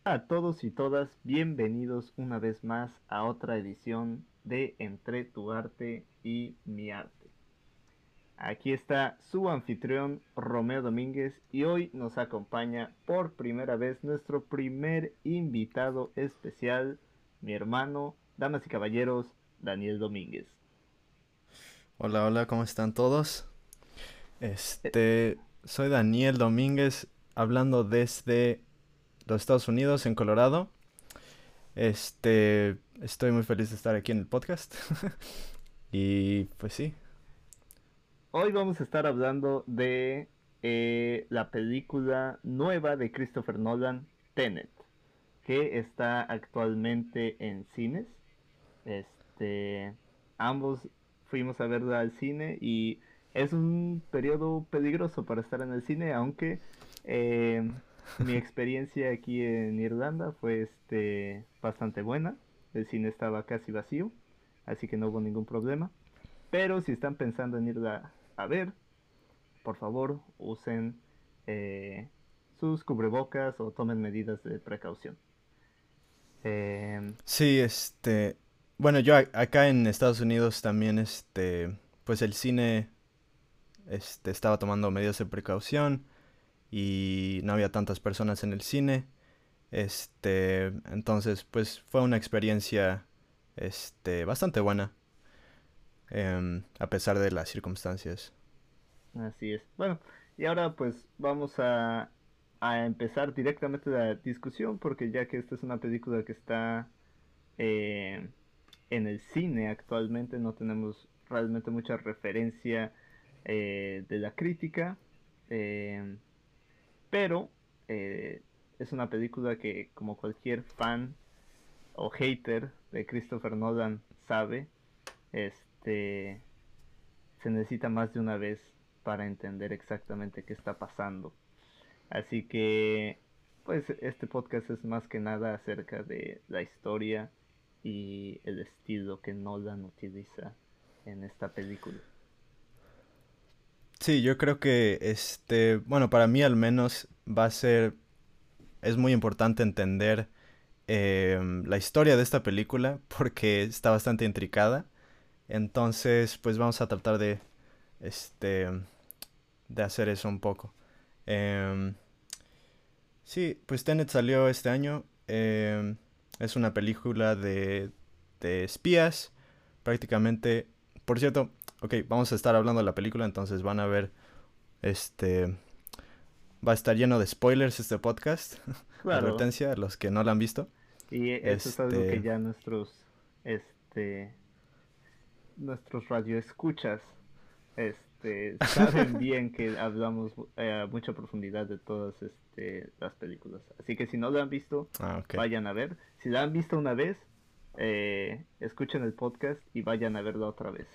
A todos y todas, bienvenidos una vez más a otra edición de Entre tu arte y mi arte. Aquí está su anfitrión Romeo Domínguez y hoy nos acompaña por primera vez nuestro primer invitado especial, mi hermano, damas y caballeros, Daniel Domínguez. Hola, hola, ¿cómo están todos? Eh, Soy Daniel Domínguez, hablando desde los Estados Unidos, en Colorado. Estoy muy feliz de estar aquí en el podcast. Y pues sí. Hoy vamos a estar hablando de la película nueva de Christopher Nolan, Tenet, que está actualmente en cines. Este, ambos fuimos a verla al cine y es un periodo peligroso para estar en el cine, aunque eh, mi experiencia aquí en Irlanda fue bastante buena. El cine estaba casi vacío, así que no hubo ningún problema. Pero si están pensando en irla a ver, por favor usen eh, sus cubrebocas o tomen medidas de precaución. Eh, Sí, bueno, acá en Estados Unidos también, pues el cine, estaba tomando medidas de precaución y no había tantas personas en el cine. Entonces, pues fue una experiencia, bastante buena. A pesar de las circunstancias. Así es. Bueno, y ahora pues a empezar directamente la discusión porque ya que esta es una película que está eh, en el cine actualmente, no tenemos realmente mucha referencia de la crítica, eh, pero es una película que como cualquier fan o hater de Christopher Nolan sabe, este, se necesita más de una vez para entender exactamente qué está pasando. Así que, pues este podcast es más que nada acerca de la historia y el estilo que Nolan utiliza en esta película. Sí, yo creo que bueno, para mí al menos es muy importante entender la historia de esta película porque está bastante intricada. Entonces, pues vamos a tratar este, de hacer eso un poco. Em, sí, pues Tenet salió este año. Es una película de espías, prácticamente. Por cierto, ok, vamos a estar hablando de la película, entonces van a ver, este, va a estar lleno de spoilers este podcast. Claro, Advertencia a los que no la han visto. y eso es algo que Este, ya este, nuestros radioescuchas, saben bien que hablamos a mucha profundidad de todas, las películas. Así que si no la han visto, ok. vayan a ver. Si la han visto una vez, escuchen el podcast y vayan a verla otra vez.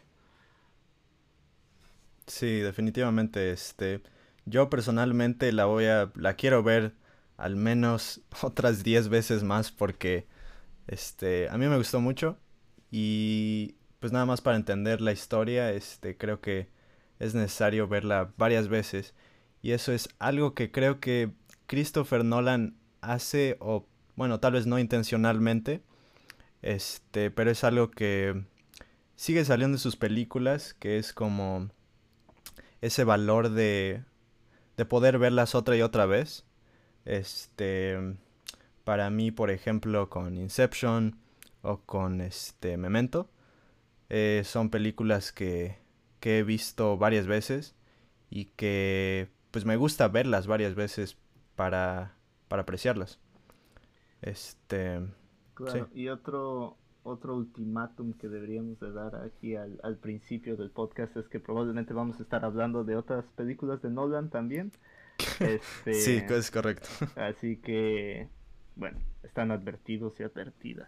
Sí, definitivamente, yo personalmente la quiero ver al menos otras 10 veces más porque, a mí me gustó mucho y pues nada más para entender la historia, creo que es necesario verla varias veces y eso es algo que creo que Christopher Nolan hace o, bueno, tal vez no intencionalmente, pero es algo que sigue saliendo en sus películas, que es como ese valor de poder verlas otra y otra vez. Este, para mí, por ejemplo, con Inception o con Memento, son películas que he visto varias veces y que pues me gusta verlas varias veces para apreciarlas. Este, sí. Claro, y otro ultimátum que deberíamos de dar aquí al principio del podcast es que probablemente vamos a estar hablando de otras películas de Nolan también. Sí, Este, es correcto. Así que, bueno, están advertidos y advertidas.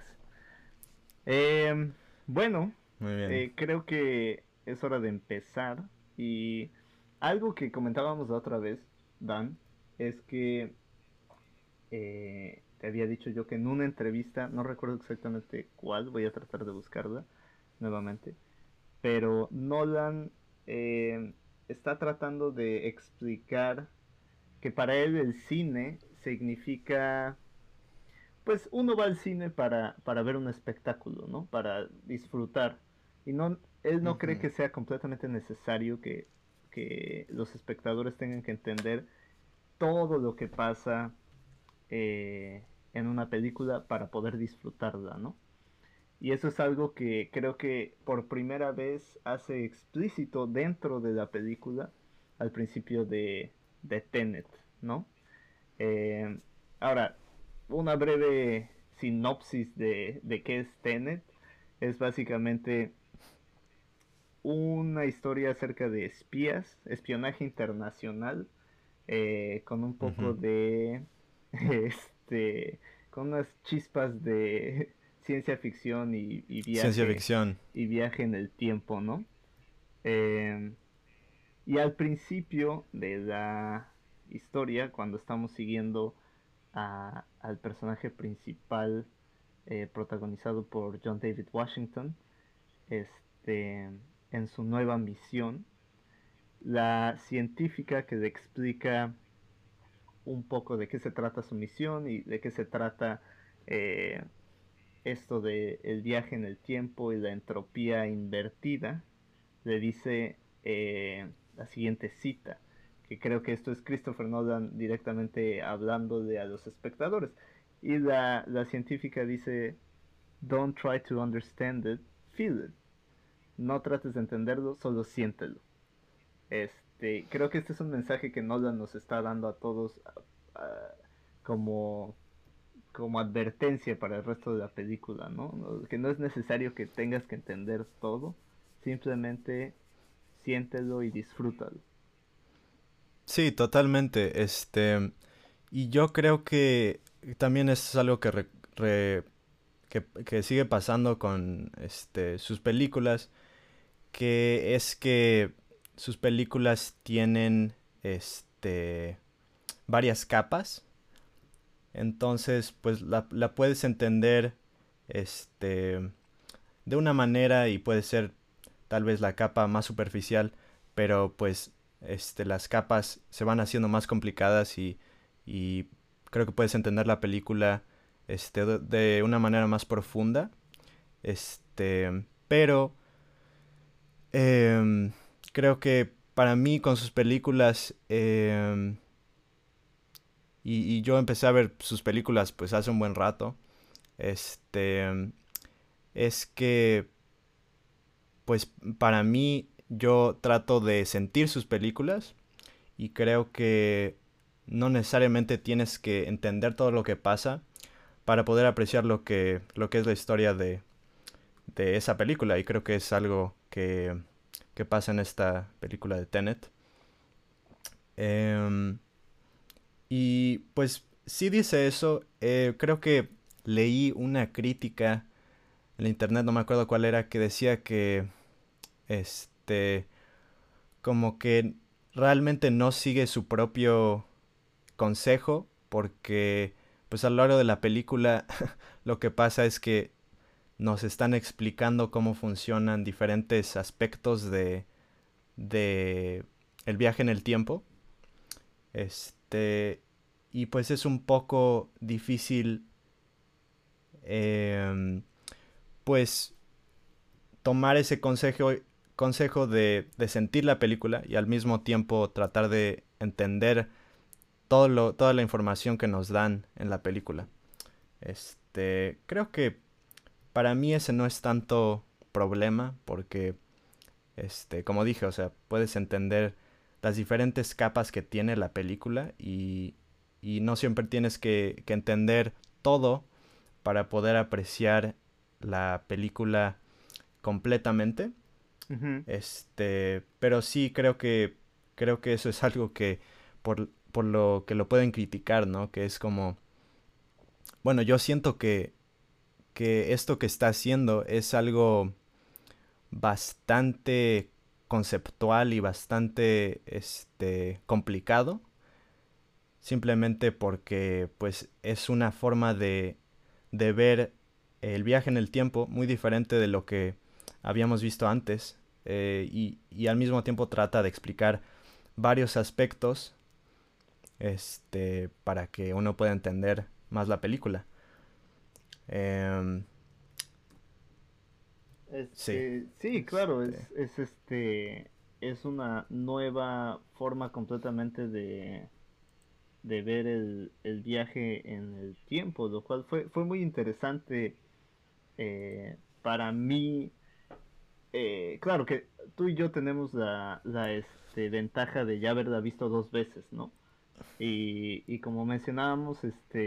Bueno, Muy bien. creo que es hora de empezar. Y algo que comentábamos la otra vez, Dan, es que te había dicho yo que en una entrevista, no recuerdo exactamente cuál, voy a tratar de buscarla nuevamente, pero Nolan eh, está tratando de explicar que para él el cine significa pues uno va al cine para ver un espectáculo, ¿no? Para disfrutar. Y no, él no cree Ujú. que sea completamente necesario que los espectadores tengan que entender todo lo que pasa en una película para poder disfrutarla, ¿no? Y eso es algo que creo que por primera vez hace explícito dentro de la película al principio de Tenet, ¿no? Eh, Ahora, una breve sinopsis de qué es Tenet es básicamente una historia acerca de espías, espionaje internacional, con un poco Ujú. de, este, con unas chispas de ciencia ficción Ciencia ficción. y viaje en el tiempo, ¿no? Eh, y al principio de la historia, cuando estamos siguiendo al personaje principal protagonizado por John David Washington, este, en su nueva misión, la científica que le explica un poco de qué se trata su misión y de qué se trata eh, esto de el viaje en el tiempo y la entropía invertida, le dice la siguiente cita, que creo que esto es Christopher Nolan directamente hablándole a los espectadores. Y la científica dice, don't try to understand it, feel it. No trates de entenderlo, solo siéntelo. Creo que este es un mensaje que Nolan nos está dando a todos como, como advertencia para el resto de la película, ¿no? Que no es necesario que tengas que entender todo, simplemente siéntelo y disfrútalo. Sí, totalmente. Y yo creo que también es algo que sigue pasando con sus películas, que es que sus películas tienen varias capas. Entonces, pues la puedes entender de una manera y puede ser tal vez la capa más superficial, pero pues las capas se van haciendo más complicadas y creo que puedes entender la película de una manera más profunda. Pero em, creo que para mí con sus películas y yo empecé a ver sus películas pues hace un buen rato. Este es que pues para mí yo trato de sentir sus películas y creo que no necesariamente tienes que entender todo lo que pasa para poder apreciar lo que es la historia de esa película y creo que es algo que pasa en esta película de Tenet. Em, y pues sí dice eso, creo que leí una crítica en internet, no me acuerdo cuál era, que decía que este como que realmente no sigue su propio consejo porque pues a lo largo de la película lo que pasa es que nos están explicando cómo funcionan diferentes aspectos de el viaje en el tiempo. Este y pues es un poco difícil eh, pues tomar ese consejo de sentir la película y al mismo tiempo tratar de entender toda la información que nos dan en la película. Creo que para mí ese no es tanto problema porque, como dije, o sea, puedes entender las diferentes capas que tiene la película y no siempre tienes que entender todo para poder apreciar la película completamente. Ujú. Pero sí creo que eso es algo que por lo que lo pueden criticar, ¿no? Que es como, bueno, yo siento que esto que está haciendo es algo bastante conceptual y bastante complicado, simplemente porque pues es una forma de ver el viaje en el tiempo muy diferente de lo que habíamos visto antes y al mismo tiempo trata de explicar varios aspectos para que uno pueda entender más la película. Em, sí, Sí, claro, este, es una nueva forma completamente de ver el viaje en el tiempo, lo cual fue muy interesante para mí. Claro que tú y yo tenemos la ventaja de ya haberla visto dos veces, ¿no? Y como mencionábamos,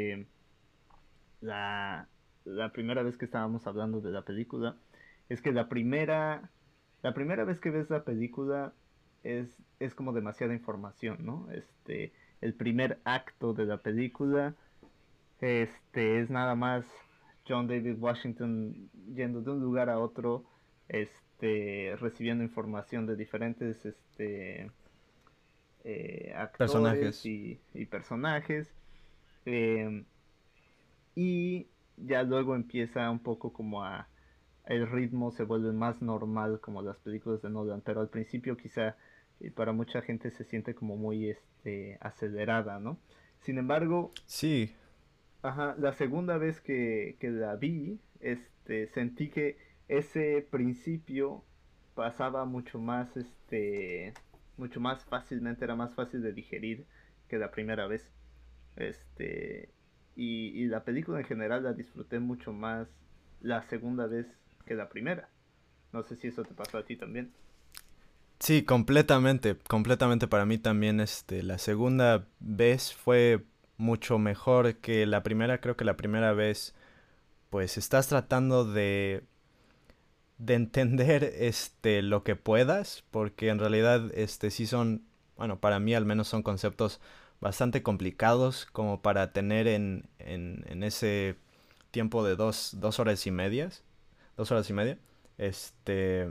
la, la primera vez que estábamos hablando de la película, es que la primera vez que ves la película es como demasiada información, ¿no? El primer acto de la película, es nada más John David Washington yendo de un lugar a otro, recibiendo información de diferentes, actores personajes. y personajes. eh, y ya luego empieza un poco como el ritmo se vuelve más normal como las películas de Nolan, pero al principio quizá para mucha gente se siente como muy acelerada, ¿no? Sin embargo, Sí, ajá, la segunda vez que la vi, sentí que ese principio pasaba mucho más fácilmente, era más fácil de digerir que la primera vez. Este, y la película en general la disfruté mucho más la segunda vez que la primera. No sé si eso te pasó a ti también. sí, completamente, completamente para mí también, la segunda vez fue mucho mejor que la primera. Creo que la primera vez, pues estás tratando de entender, lo que puedas, porque en realidad, sí son, bueno, para mí al menos son conceptos bastante complicados como para tener en ese tiempo de dos horas y medias, 2 horas y media, este,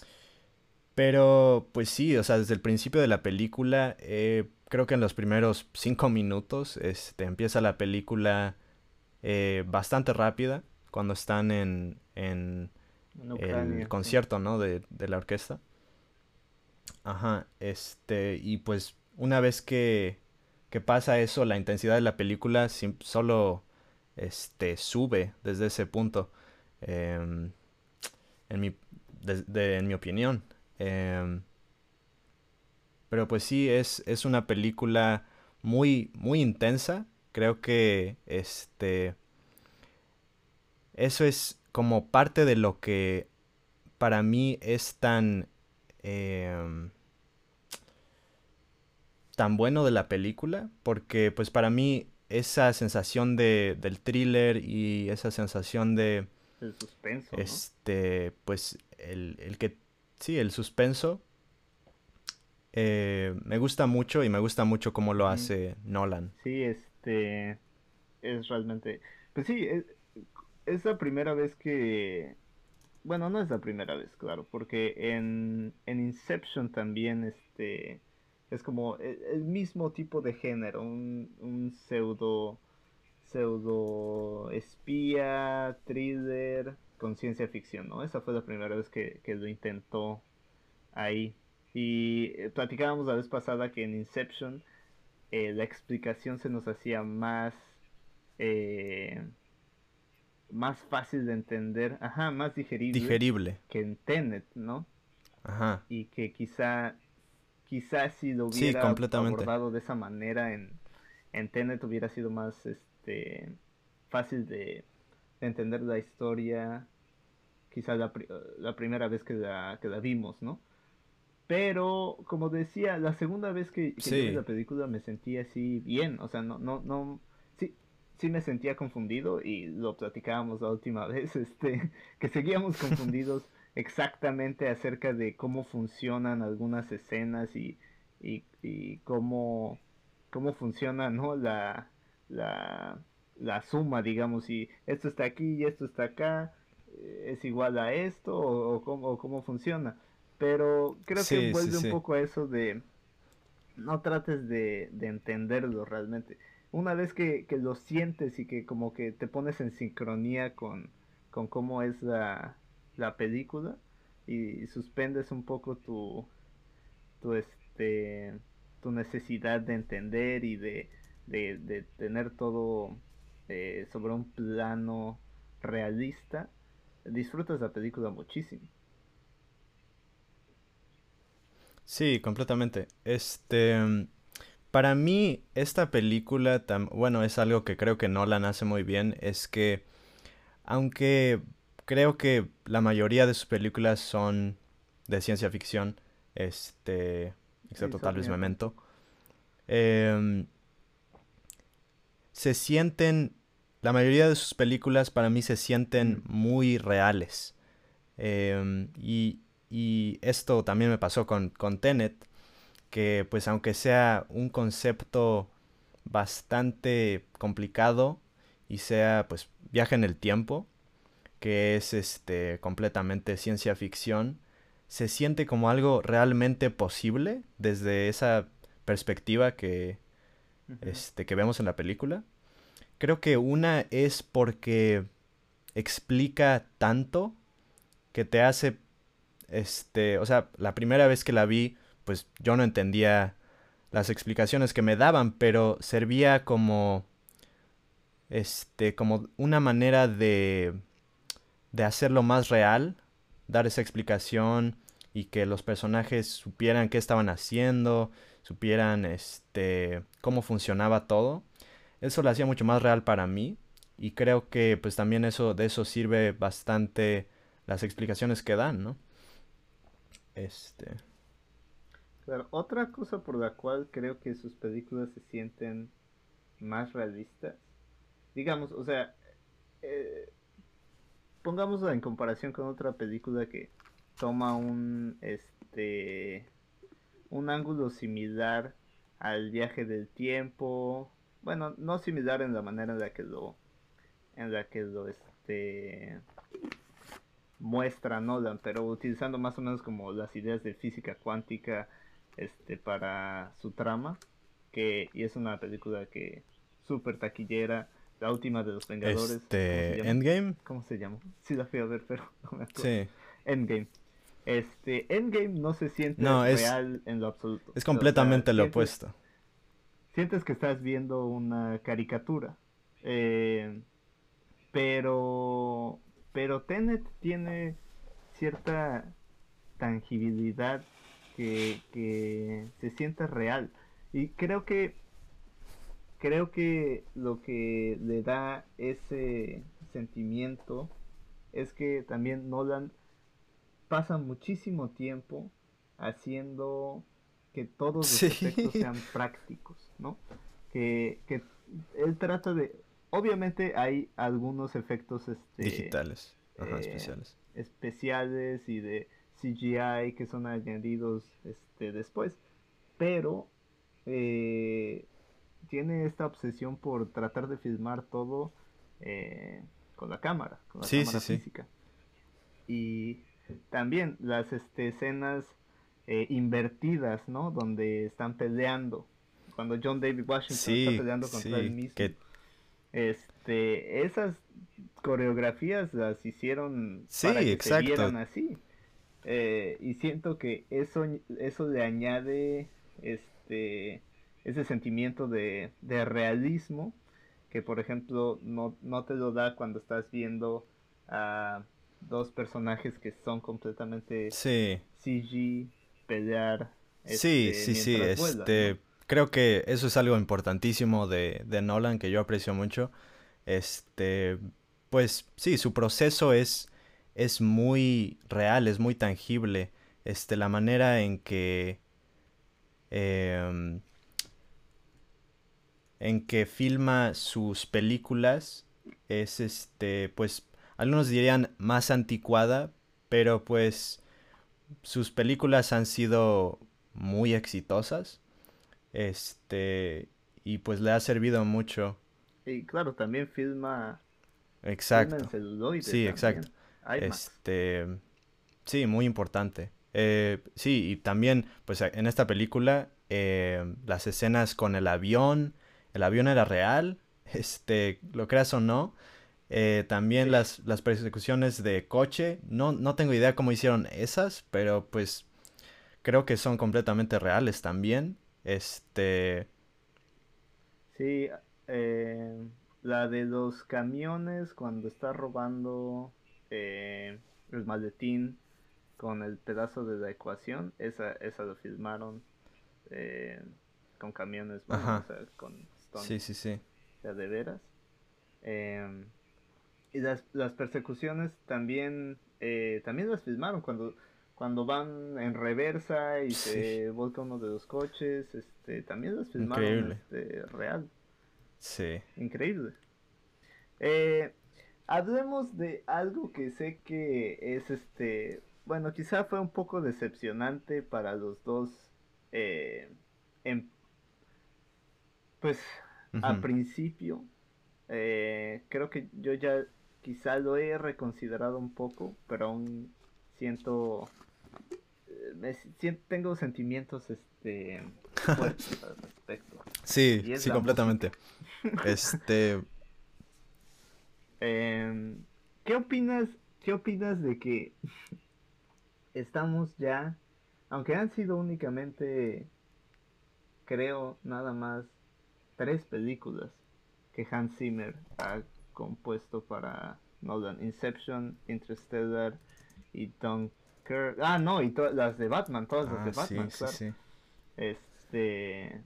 pero pues sí, o sea, desde el principio de la película, creo que en los primeros 5 minutos, empieza la película bastante rápida cuando están en En el Ucrania, sí. concierto, ¿no? De la orquesta. Ajá, y pues una vez que pasa eso, la intensidad de la película solo, sube desde ese punto, em, en mi opinión. Em, Pero pues sí, es una película muy, muy intensa. Creo que eso es como parte de lo que para mí es em, tan bueno de la película. Porque pues para mí esa sensación del thriller y esa sensación de El suspenso, ¿no? pues el que sí, el suspenso, me gusta mucho y me gusta mucho cómo lo Ujú. hace Nolan. Sí, es realmente... Pues sí, es la primera vez que... Bueno, no es la primera vez, claro, porque en Inception también es como el mismo tipo de género, un pseudo espía, thriller con ciencia ficción, ¿no? Esa fue la primera vez que lo intentó ahí. Y platicábamos la vez pasada que en Inception la explicación se nos hacía eh, más fácil de entender, ajá, más digerible Digerible. que en Tenet, ¿no? Ajá. Y que quizá si lo Sí, hubiera completamente. abordado de esa manera en Tenet hubiera sido más fácil de entender la historia, quizá la primera vez que la vimos, ¿no? Pero, como decía, la segunda vez que yo vi Sí, la película me sentí así bien, o sea, no, sí, sí me sentía confundido y lo platicábamos la última vez, que seguíamos confundidos exactamente acerca de cómo funcionan algunas escenas y cómo funciona, ¿no? La, la suma, digamos, y esto está aquí y esto está acá, es igual a esto o cómo funciona. Pero creo que sí, sí, vuelve un sí. poco a eso de no trates de entenderlo realmente. Una vez que lo sientes y que como que te pones en sincronía con cómo es la película y suspendes un poco tu, este, tu necesidad de entender y de tener todo sobre un plano realista, disfrutas la película muchísimo. Sí, completamente. Para mí, esta película, bueno, es algo que creo que Nolan hace muy bien, es que, aunque creo que la mayoría de sus películas son de ciencia ficción, este, Sí, excepto tal vez Sofía también. Memento, em, se sienten, la mayoría de sus películas para mí se sienten Mm, muy reales. Y esto también me pasó con Tenet, que pues aunque sea un concepto bastante complicado y sea pues viaje en el tiempo, que es completamente ciencia ficción, se siente como algo realmente posible desde esa perspectiva ujú. que vemos en la película. Creo que una es porque explica tanto que te hace, o sea, la primera vez que la vi, pues yo no entendía las explicaciones que me daban, pero servía como, como una manera de hacerlo más real, dar esa explicación y que los personajes supieran qué estaban haciendo, supieran, cómo funcionaba todo. Eso lo hacía mucho más real para mí y creo que pues también de eso sirve bastante las explicaciones que dan, ¿no? Este, Claro, otra cosa por la cual creo que sus películas se sienten más realistas, digamos, o sea, eh, pongámosla en comparación con otra película que toma un ángulo similar al viaje del tiempo, bueno, no similar en la manera en la que lo muestra Nolan, pero utilizando más o menos como las ideas de física cuántica para su trama, y es una película que súper taquillera, la última de los Vengadores, ¿cómo se llama? Endgame, ¿Cómo se llama? Sí la fui a ver, pero no me acuerdo. sí. Endgame. Endgame no se siente No, real en lo absoluto. es O sea, completamente lo sientes, opuesto. sientes que estás viendo una caricatura. Eh, pero, pero Tenet tiene cierta tangibilidad que se siente real. Y creo que lo que le da ese sentimiento es que también Nolan pasa muchísimo tiempo haciendo que todos los efectos Sí. sean prácticos, ¿no? Que él trata de... Obviamente hay algunos efectos Digitales. Ajá, eh, especiales. especiales y de CGI que son añadidos después, pero eh, tiene esta obsesión por tratar de filmar todo eh, con la Sí, sí, cámara sí. física. Y también las escenas invertidas, ¿no? Donde están peleando. Cuando John David Washington está Sí, peleando contra él sí. mismo. Que Esas coreografías las hicieron para sí, que se exacto. vieran así. Y siento que eso le añade este, ese sentimiento de realismo que, por ejemplo, no te lo da cuando estás viendo a dos personajes que son completamente Sí. CG pelear Sí, sí, sí. mientras vuelan, ¿no? Creo que eso es algo importantísimo de Nolan que yo aprecio mucho. Este, pues sí, su proceso es muy real, es muy tangible. La manera em, en que filma sus películas es pues algunos dirían más anticuada, pero pues sus películas han sido muy exitosas. Este y pues le ha servido mucho. Y claro, también filma en Exacto. celuloide Sí, exacto. también, IMAX. Este, sí, muy importante. Sí, y también, pues en esta película, las escenas con el avión era real, lo creas o no. También Sí, las persecuciones de coche, no tengo idea cómo hicieron esas, pero pues creo que son completamente reales también. sí, eh, la de los camiones cuando está robando el maletín con el pedazo de la ecuación, esa lo filmaron eh, con camiones, bueno, o Ajá. sea, con Sí, stunts, sí, sí. o sea, de veras. Em, y las persecuciones también, también las filmaron cuando van en reversa y Sí. se volca uno de los coches, también las filmaron Increíble. real. Sí. Increíble. Eh, Hablemos de algo que sé que es bueno, quizá fue un poco decepcionante para los dos, eh, en- pues a Ujú. principio, creo que yo ya quizá lo he reconsiderado un poco, pero aún siento, tengo sentimientos fuertes al respecto, Sí, y es sí, la completamente. música. Este, Em, ¿Qué opinas? ¿Qué opinas de que estamos ya, aunque han sido únicamente, creo, nada más 3 películas que Hans Zimmer ha compuesto para Nolan: Inception, Interstellar y Dunkirk? Ah, no, y las de Batman, todas las de sí, Batman, sí, claro. sí. Este,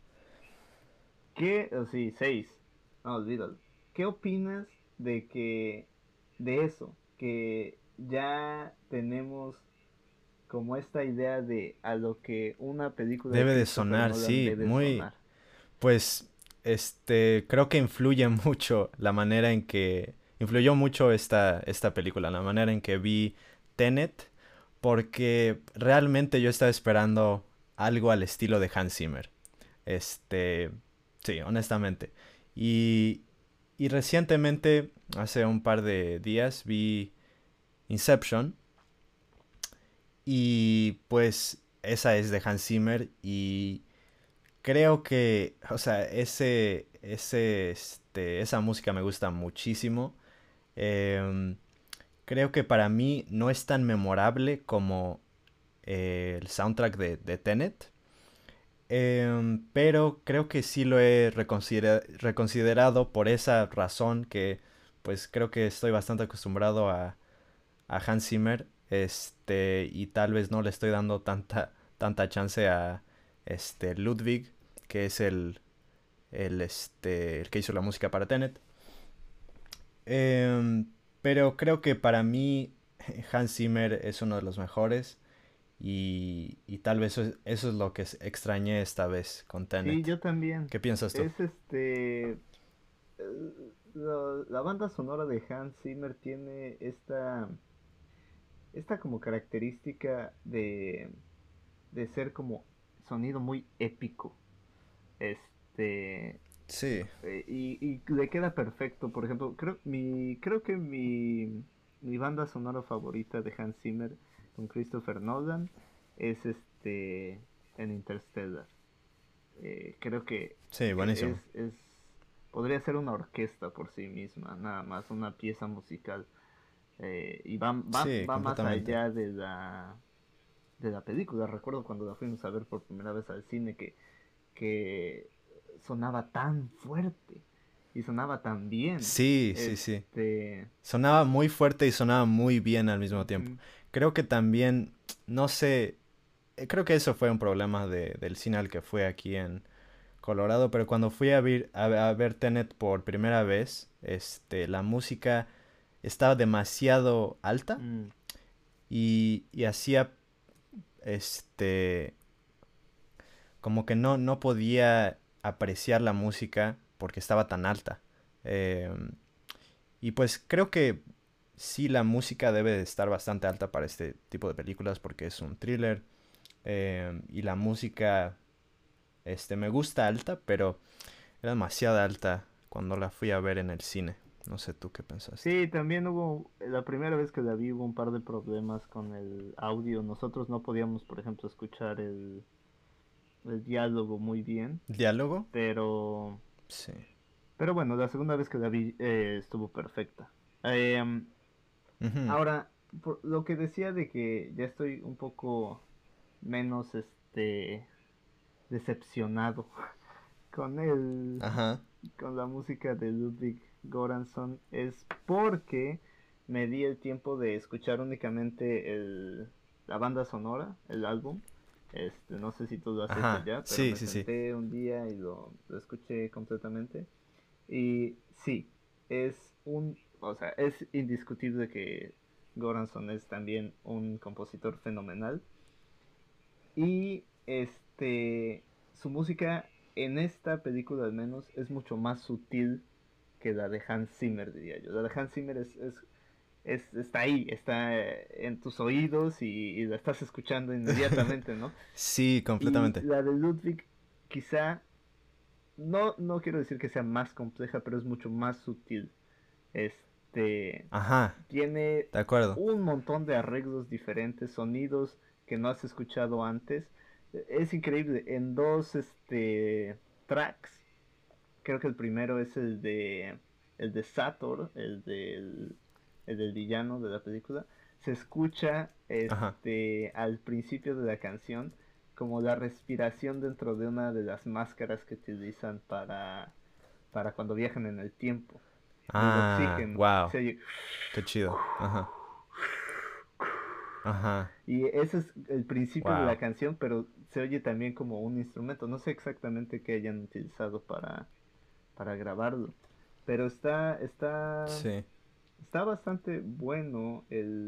¿Qué? Oh, sí, 6. No, olvídalo. ¿Qué opinas de de eso, que ya tenemos como esta idea de a lo que una película de Debe de Christopher sonar, Nolan sí, debe muy, sonar? pues, creo que influye mucho la manera en que, influyó mucho esta película, la manera en que vi Tenet, porque realmente yo estaba esperando algo al estilo de Hans Zimmer. Este, sí, honestamente. Y, y recientemente, hace un par de días, vi Inception y pues esa es de Hans Zimmer y creo que, o sea, esa música me gusta muchísimo. Em, Creo que para mí no es tan memorable como el soundtrack de Tenet. Pero creo que sí lo he reconsiderado por esa razón que pues creo que estoy bastante acostumbrado a Hans Zimmer, y tal vez no le estoy dando tanta chance a Ludwig, que es el que hizo la música para Tenet. Em, pero creo que para mí Hans Zimmer es uno de los mejores y tal vez eso es lo que extrañé esta vez con Sí, Tenet. yo también. ¿Qué piensas tú? Es la banda sonora de Hans Zimmer tiene esta como característica de ser como sonido muy épico. Este, Sí, y le queda perfecto. Por ejemplo, creo que mi banda sonora favorita de Hans Zimmer con Christopher Nolan es en Interstellar. Creo que sí, buenísimo. podría ser una orquesta por sí misma, nada más, una pieza musical. Y Sí, va más completamente. allá de la película. Recuerdo cuando la fuimos a ver por primera vez al cine que sonaba tan fuerte y sonaba tan bien. Sí, sí, sí. Sonaba muy fuerte y sonaba muy bien al mismo tiempo. Ujú. Creo que también, no sé, creo que eso fue un problema del cine al que fue aquí en Colorado, pero cuando fui a ver Tenet por primera vez, la música estaba demasiado alta Mm, y hacía, este, como que no podía apreciar la música porque estaba tan alta. Em, y pues creo que sí la música debe de estar bastante alta para este tipo de películas porque es un thriller. Y la música, me gusta alta, pero era demasiado alta cuando la fui a ver en el cine. No sé tú qué pensaste. sí, también la primera vez que la vi hubo un par de problemas con el audio. Nosotros no podíamos, por ejemplo, escuchar el diálogo muy bien, ¿Diálogo? pero, Sí. pero bueno, la segunda vez que la vi estuvo perfecta. Em, Ujú. Ahora, por lo que decía de que ya estoy un poco menos decepcionado con el, Ajá, con la música de Ludwig Göransson es porque me di el tiempo de escuchar únicamente la banda sonora, el álbum. No sé si tú lo has hecho ajá, ya, pero sí, me sí, sí. senté un día y lo escuché completamente. Y sí, o sea, es indiscutible que Göransson es también un compositor fenomenal. Y su música en esta película al menos es mucho más sutil que la de Hans Zimmer, diría yo. La de Hans Zimmer está ahí, está en tus oídos y la estás escuchando inmediatamente, ¿no? Sí, Y completamente. la de Ludwig quizá, no quiero decir que sea más compleja, pero es mucho más sutil. Este Ajá, tiene de acuerdo. un montón de arreglos diferentes, sonidos que no has escuchado antes. Es increíble. En dos tracks, creo que el primero es el de Sator, el del villano de la película. Se escucha Ajá. al principio de la canción como la respiración dentro de una de las máscaras que utilizan para cuando viajan en el tiempo. El Ah, oxígeno. wow, Se oye. qué chido. Ajá, ajá, Y ese es el principio de la wow. canción, pero se oye también como un instrumento. No sé exactamente qué hayan utilizado para grabarlo. Pero Sí, está bastante bueno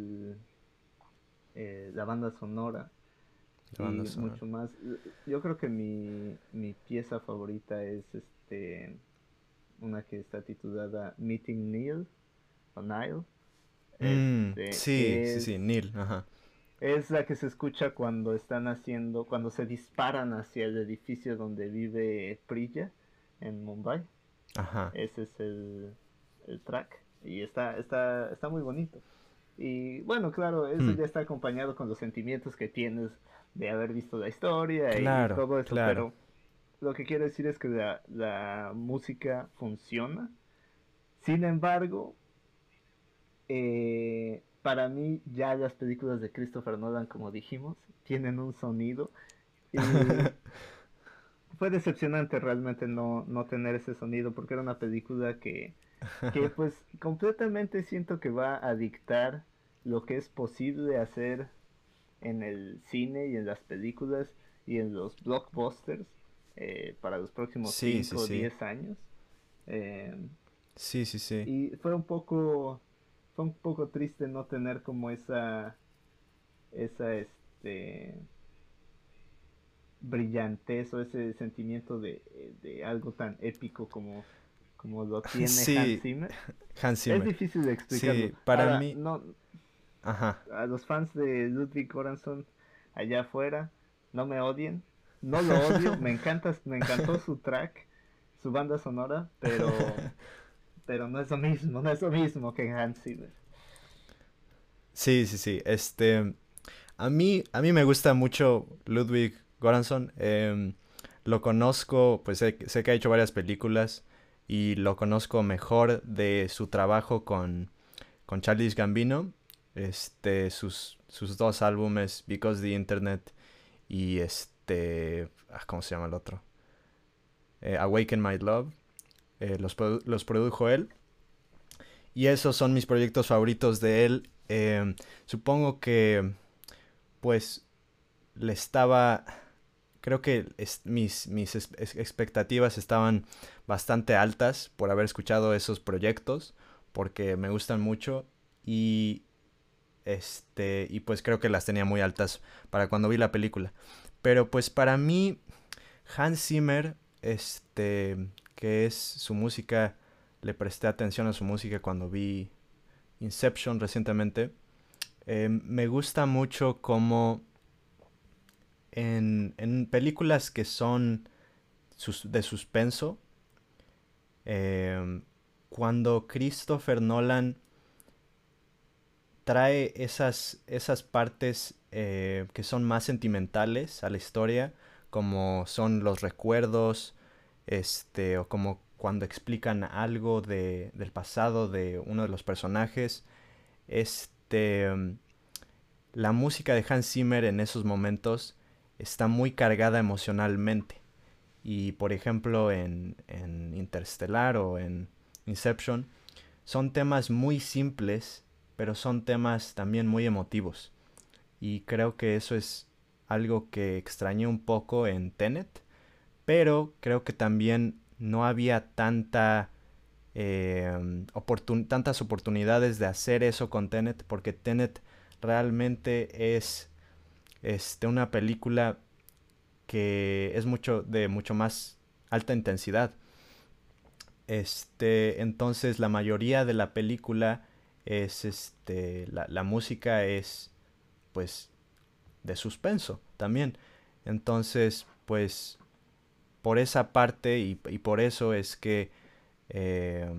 la banda sonora la banda y sonora. mucho más. Yo creo que mi pieza favorita es una que está titulada Meeting Neil o Nile. Sí, Que sí, es sí, Neil, ajá, Es la que se escucha cuando se disparan hacia el edificio donde vive Priya en Mumbai. ajá. Ese es el track y está muy bonito. Y bueno, claro, eso Hmm, ya está acompañado con los sentimientos que tienes de haber visto la historia y claro, todo eso, claro. pero lo que quiero decir es que la música funciona. Sin embargo, para mí ya las películas de Christopher Nolan, como dijimos, tienen un sonido y fue decepcionante realmente no tener ese sonido porque era una película que pues completamente siento que va a dictar lo que es posible hacer en el cine y en las películas y en los blockbusters para los próximos Sí, sí, 5 o sí. 10 años. Eh, Sí, sí, sí. y fue un poco triste no tener como esa brillantez o ese sentimiento de algo tan épico como lo tiene Hans Sí, Zimmer. Hans Es Zimmer. difícil de explicarlo. Sí, para Ahora, mí, no, ajá. a los fans de Ludwig Göransson allá afuera, no me odien, no lo odio, me encantó su track, su banda sonora, pero no es lo mismo, no es lo mismo que Hans Zimmer. Sí, sí, sí. A mí me gusta mucho Ludwig Göransson. Lo conozco, pues sé que ha hecho varias películas y lo conozco mejor de su trabajo con Childish Gambino. Sus dos álbumes, Because the Internet y ¿cómo se llama el otro? Awaken My Love. Los produjo él. Y esos son mis proyectos favoritos de él. Supongo que, pues, le estaba creo que mis expectativas estaban bastante altas por haber escuchado esos proyectos, porque me gustan mucho y y pues creo que las tenía muy altas para cuando vi la película. Pero pues para mí Hans Zimmer, que es su música, le presté atención a su música cuando vi Inception recientemente. Me gusta mucho cómo en películas que son de suspenso, eh, cuando Christopher Nolan trae esas partes que son más sentimentales a la historia, como son los recuerdos, o como cuando explican algo del pasado de uno de los personajes, la música de Hans Zimmer en esos momentos está muy cargada emocionalmente. Y por ejemplo en Interstellar o en Inception son temas muy simples, pero son temas también muy emotivos. Y creo que eso es algo que extrañé un poco en Tenet, pero creo que también no había tantas oportunidades de hacer eso con Tenet, porque Tenet realmente es una película que es mucho más alta intensidad. Entonces la mayoría de la película es la música es pues de suspenso también. Entonces, pues por esa parte y por eso es que eh,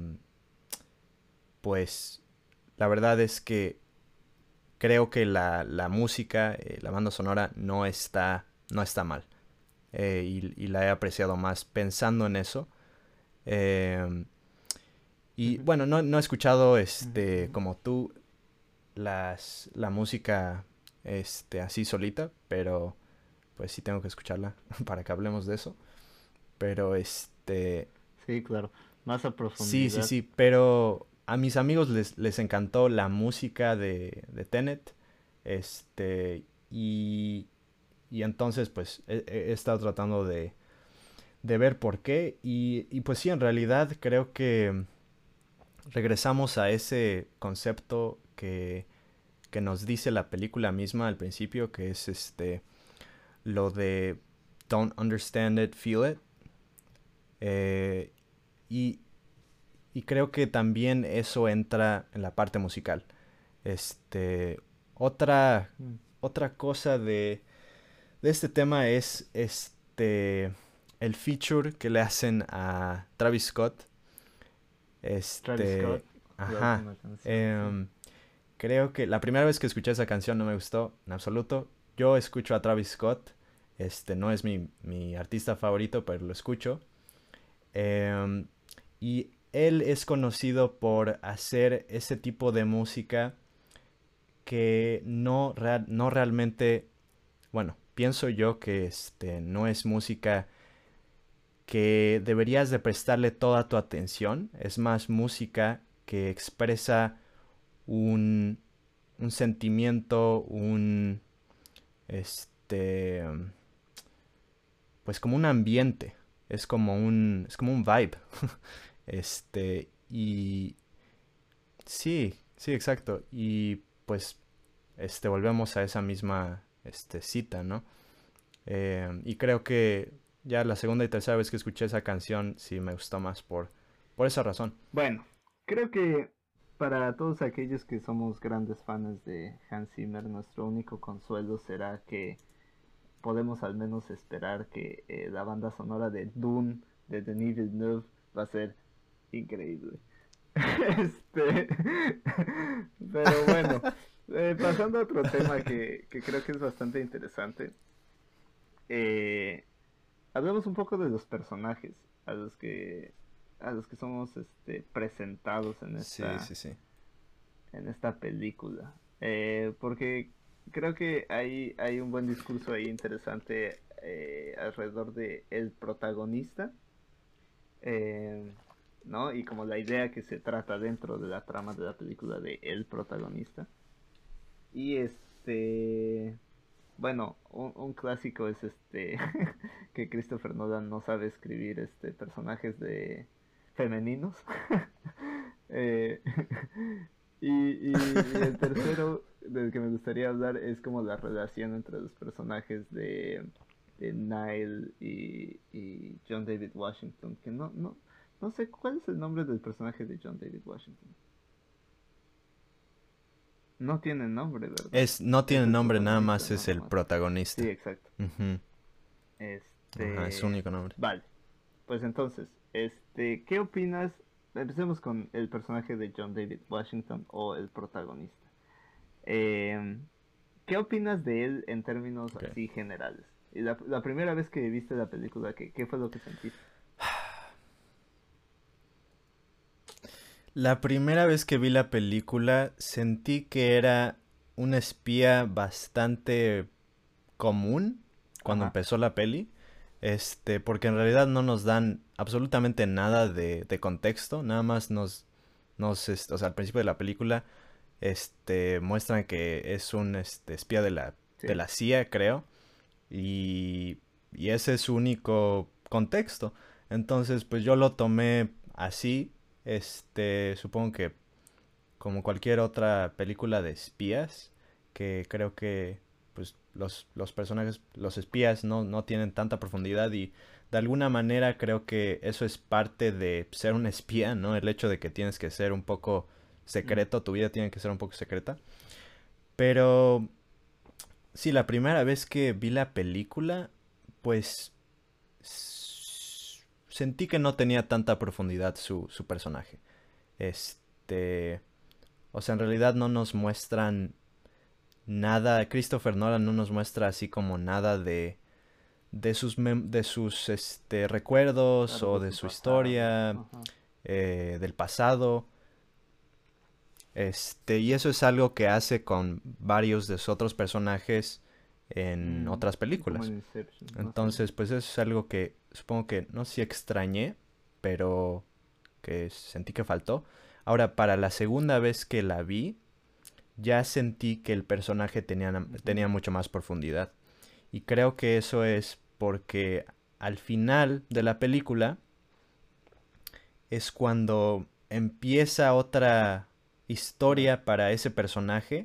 pues la verdad es que creo que la música, la banda sonora no está mal. Y la he apreciado más pensando en eso. Eh, y Ujú, bueno, no he escuchado ujú, ujú. como tú la música así solita, pero pues sí tengo que escucharla para que hablemos de eso. Pero Sí, claro, más a sí, sí, profundidad. sí, pero a mis amigos les encantó la música de Tenet. Este, y, y entonces pues he estado tratando de ver por qué. Y pues sí, en realidad creo que regresamos a ese concepto que nos dice la película misma al principio, que es lo de don't understand it, feel it. Eh, y, y creo que también eso entra en la parte musical. Este, otra, Mm. otra cosa de este tema es el feature que le hacen a Travis Scott. Travis Este, Scott, la ajá. última canción, sí. em, Creo que la primera vez que escuché esa canción no me gustó en absoluto. Yo escucho a Travis Scott. No es mi artista favorito, pero lo escucho. Em, y él es conocido por hacer ese tipo de música que no realmente, bueno, pienso yo que no es música que deberías de prestarle toda tu atención. Es más música que expresa un, un sentimiento, este, pues como un ambiente. Es como un vibe. Y sí, sí, exacto. Y pues, volvemos a esa misma, cita, ¿no? Y creo que ya la segunda y tercera vez que escuché esa canción, sí me gustó más por esa razón. Bueno, creo que para todos aquellos que somos grandes fans de Hans Zimmer, nuestro único consuelo será que podemos al menos esperar que la banda sonora de Dune de Denis Villeneuve va a ser increíble. Este, pero bueno, pasando a otro tema que creo que es bastante interesante, eh, hablemos un poco de los personajes a los que somos presentados Sí, sí, sí. en esta película. Porque creo que hay un buen discurso ahí interesante alrededor de el protagonista, eh, ¿no? Y como la idea que se trata dentro de la trama de la película de el protagonista. Y bueno, un clásico es que Christopher Nolan no sabe escribir personajes de femeninos. Eh, y el tercero del que me gustaría hablar es como la relación entre los personajes de Nile y John David Washington, que no sé cuál es el nombre del personaje de John David Washington. No tiene nombre, ¿verdad? No Es tiene el nombre, nada protagonista, más no es el nomás. Sí, protagonista. exacto. Ujú. Ajá, es su Este, único nombre. vale. Pues entonces, ¿qué opinas? Empecemos con el personaje de John David Washington o el protagonista. Em, ¿Qué opinas de él en términos Ok. así generales? Y la primera vez que viste la película, ¿qué fue lo que sentiste? La primera vez que vi la película sentí que era un espía bastante común cuando Ajá. empezó la peli. porque en realidad no nos dan absolutamente nada de contexto, nada más o sea, al principio de la película, muestran que es un espía de Sí. la CIA, creo, y, y ese es su único contexto. Entonces, pues yo lo tomé así, supongo que como cualquier otra película de espías, que creo que pues los personajes, los espías no tienen tanta profundidad y de alguna manera creo que eso es parte de ser un espía, ¿no? El hecho de que tienes que ser un poco Mm, secreto, tu vida tiene que ser un poco secreta. Pero sí, la primera vez que vi la película, pues sentí que no tenía tanta profundidad su personaje. Este, o sea, en realidad no nos muestran nada, Christopher Nolan no nos muestra así como nada de sus recuerdos claro, o de de su su pasado. historia, Ajá. del pasado. Y eso es algo que hace con varios de sus otros personajes en otras Sí, como películas. en Inception, no sé. Entonces, pues eso es algo que supongo que no sé si extrañé, pero que sentí que faltó. Ahora, para la segunda vez que la vi, ya sentí que el personaje tenía Ujú. mucho más profundidad. Y creo que eso es porque al final de la película es cuando empieza otra Claro. historia para ese personaje.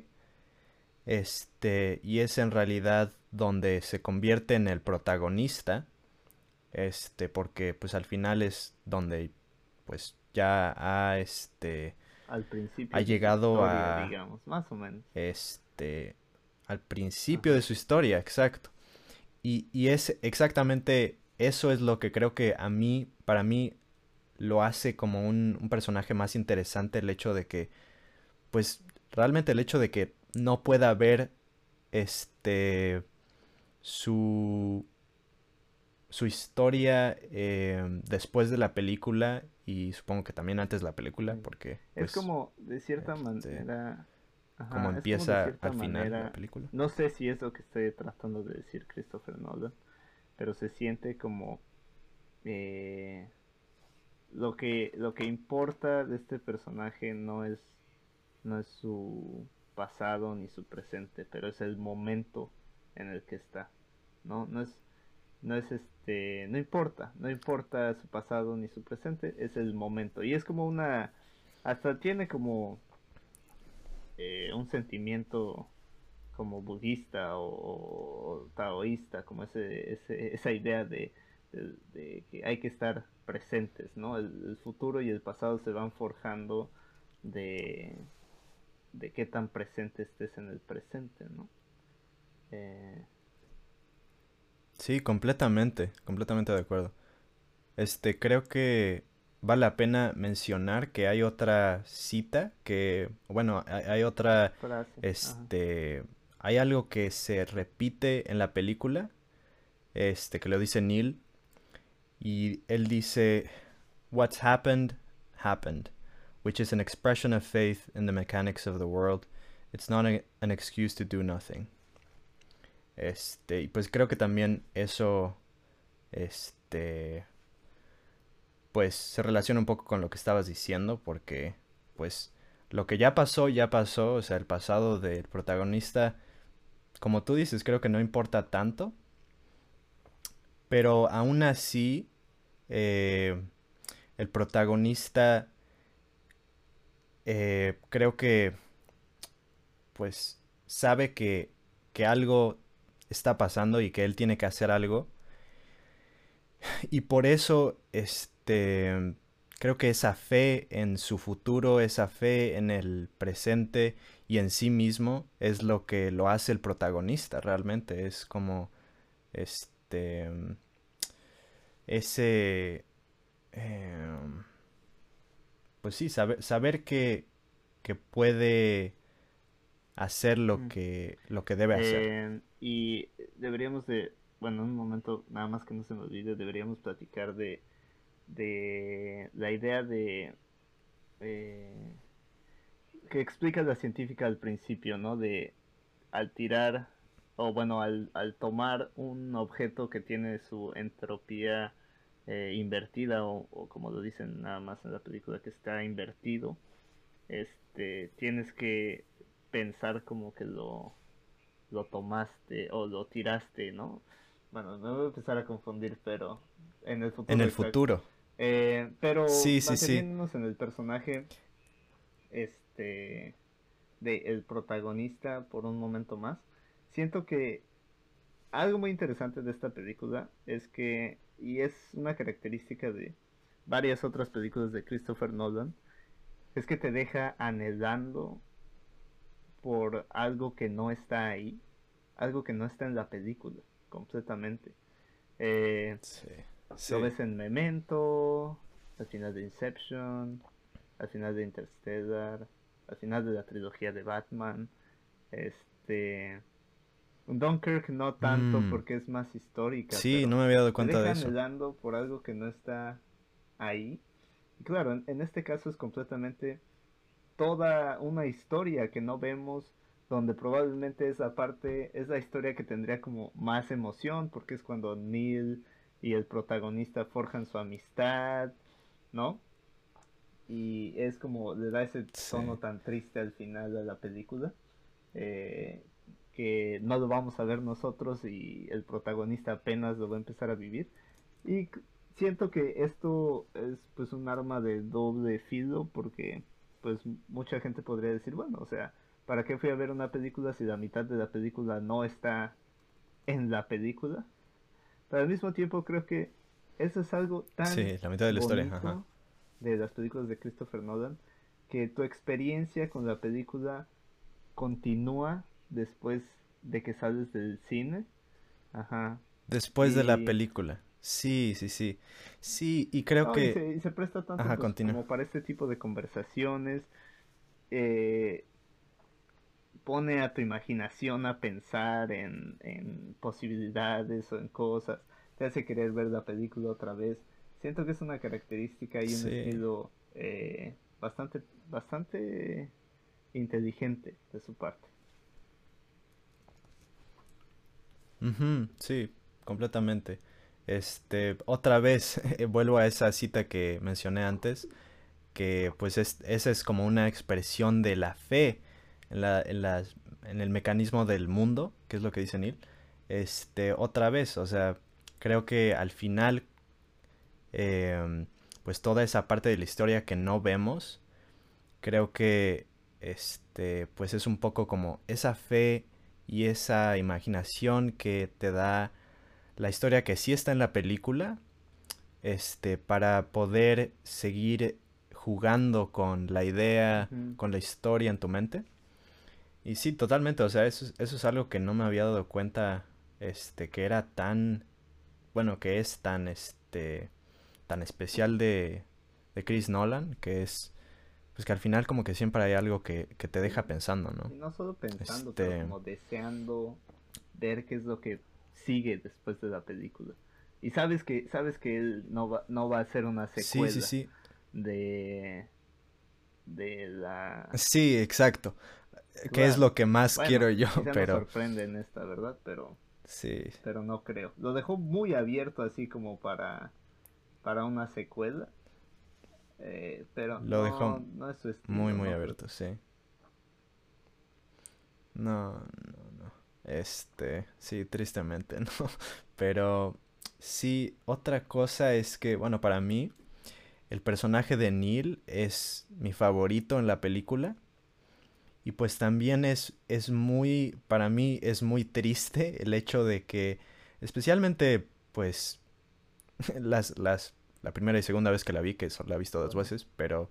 Y es en realidad donde se convierte en el protagonista. Porque pues al final es donde pues ya Al ha principio de su llegado historia, a digamos, más o menos. este al principio de Ajá. su historia, exacto. Y es exactamente eso es lo que creo que para mí, lo hace como un personaje más interesante, el hecho de que, pues, realmente el hecho de que no pueda ver, este, su, su historia después de la película y supongo que también antes de la película, Sí. porque, Es pues, como de cierta este, manera, como ajá, es como de empieza cierta al final la manera, película. no sé si es lo que estoy tratando de decir Christopher Nolan, pero se siente como eh, lo que importa de este personaje no es su pasado ni su presente, pero es el momento en el que está, ¿no? No importa su pasado ni su presente, es el momento. Y es como hasta tiene como un sentimiento como budista o taoísta, como esa idea de que hay que estar presentes, ¿no? El futuro y el pasado se van forjando de, de qué tan presente estés en el presente, ¿no? Eh, Sí, completamente de acuerdo. Creo que vale la pena mencionar que hay otra cita que, bueno, hay otra, frase, ajá. este, hay algo que se repite en la película, que lo dice Neil, y él dice, "What's happened, happened, which is an expression of faith in the mechanics of the world. It's not an excuse to do nothing." Y pues creo que también eso, este, pues se relaciona un poco con lo que estabas diciendo, porque pues lo que ya pasó, o sea, el pasado del protagonista, como tú dices, creo que no importa tanto, pero aún así, eh, el protagonista, creo que pues sabe que algo está pasando y que él tiene que hacer algo, y por eso, creo que esa fe en su futuro, esa fe en el presente y en sí mismo es lo que lo hace el protagonista realmente. Es como, este, ese, em, pues sí, saber que puede hacer Mm. lo que debe hacer. Y deberíamos bueno, un momento, nada más que no se me olvide, deberíamos platicar de la idea eh, que explica la científica al principio, ¿no? De al tirar. o bueno, al tomar un objeto que tiene su entropía invertida, o como lo dicen nada más en la película, que está invertido, tienes que pensar como que lo tomaste o lo tiraste, ¿no? Bueno, me voy a empezar a confundir, pero en el En futuro el exacto. futuro. Pero Sí, sí, sí. manteniéndonos en el personaje, este, de el protagonista por un momento más, siento que algo muy interesante de esta película es que, y es una característica de varias otras películas de Christopher Nolan, es que te deja anhelando por algo que no está ahí, algo que no está en la película, completamente. Eh, Sí, lo sí. ves en Memento, al final de Inception, al final de Interstellar, al final de la trilogía de Batman. Este, Dunkirk no tanto Mm, porque es más histórica, sí, pero no me había dado te cuenta deja de eso. anhelando por algo que no está ahí. Y claro, en este caso es completamente toda una historia que no vemos, donde probablemente esa parte es la historia que tendría como más emoción, porque es cuando Neil y el protagonista forjan su amistad, ¿no? Y es como le da ese Sí. tono tan triste al final de la película, eh, que no lo vamos a ver nosotros y el protagonista apenas lo va a empezar a vivir. Y siento que esto es pues un arma de doble filo porque pues mucha gente podría decir, bueno, o sea, ¿para qué fui a ver una película si la mitad de la película no está en la película? Pero al mismo tiempo creo que eso es algo tan Sí, la mitad de la historia, ajá. bonito de las películas de Christopher Nolan, que tu experiencia con la película continúa después de que sales del cine. Ajá. Después de la Y película. Sí, sí, sí. Sí, y creo no, que... y se presta tanto Ajá, pues continúa. como para este tipo de conversaciones. eh, Pone a tu imaginación a pensar en posibilidades o en cosas. Te hace querer ver la película otra vez. Siento que es una característica y un Sí. estilo bastante inteligente de su parte. Ujú, sí, completamente. Otra vez vuelvo a esa cita que mencioné antes, que pues esa es como una expresión de la fe en el mecanismo del mundo, que es lo que dice Neil. Otra vez, o sea, creo que al final, pues toda esa parte de la historia que no vemos, creo que, pues es un poco como esa fe y esa imaginación que te da la historia que sí está en la película, para poder seguir jugando con la idea, Ujú. con la historia en tu mente. Y sí, totalmente, o sea, eso es algo que no me había dado cuenta, que era tan, bueno, que es tan, tan especial de Chris Nolan, que es, pues que al final como que siempre hay algo que te deja Sí. pensando, ¿no? Y no solo pensando, pero Este, como deseando ver qué es lo que sigue después de la película. Y sabes que él no va a hacer una sí, sí, secuela sí, de, de la... sí, exacto, que es Claro. lo que más Bueno, quiero yo, quizá nos pero sorprende en esta, ¿verdad? sí, Pero no creo. Lo dejó muy abierto así como para una secuela. Pero lo dejó no es su muy, estilo, muy no creo. abierto, sí. No, no, no. Sí, tristemente, ¿no? Pero sí, otra cosa es que, bueno, para mí, el personaje de Neil es mi favorito en la película. Y pues también es muy, para mí es muy triste el hecho de que, especialmente, pues, la primera y segunda vez que la vi, que solo la he visto dos Claro. veces,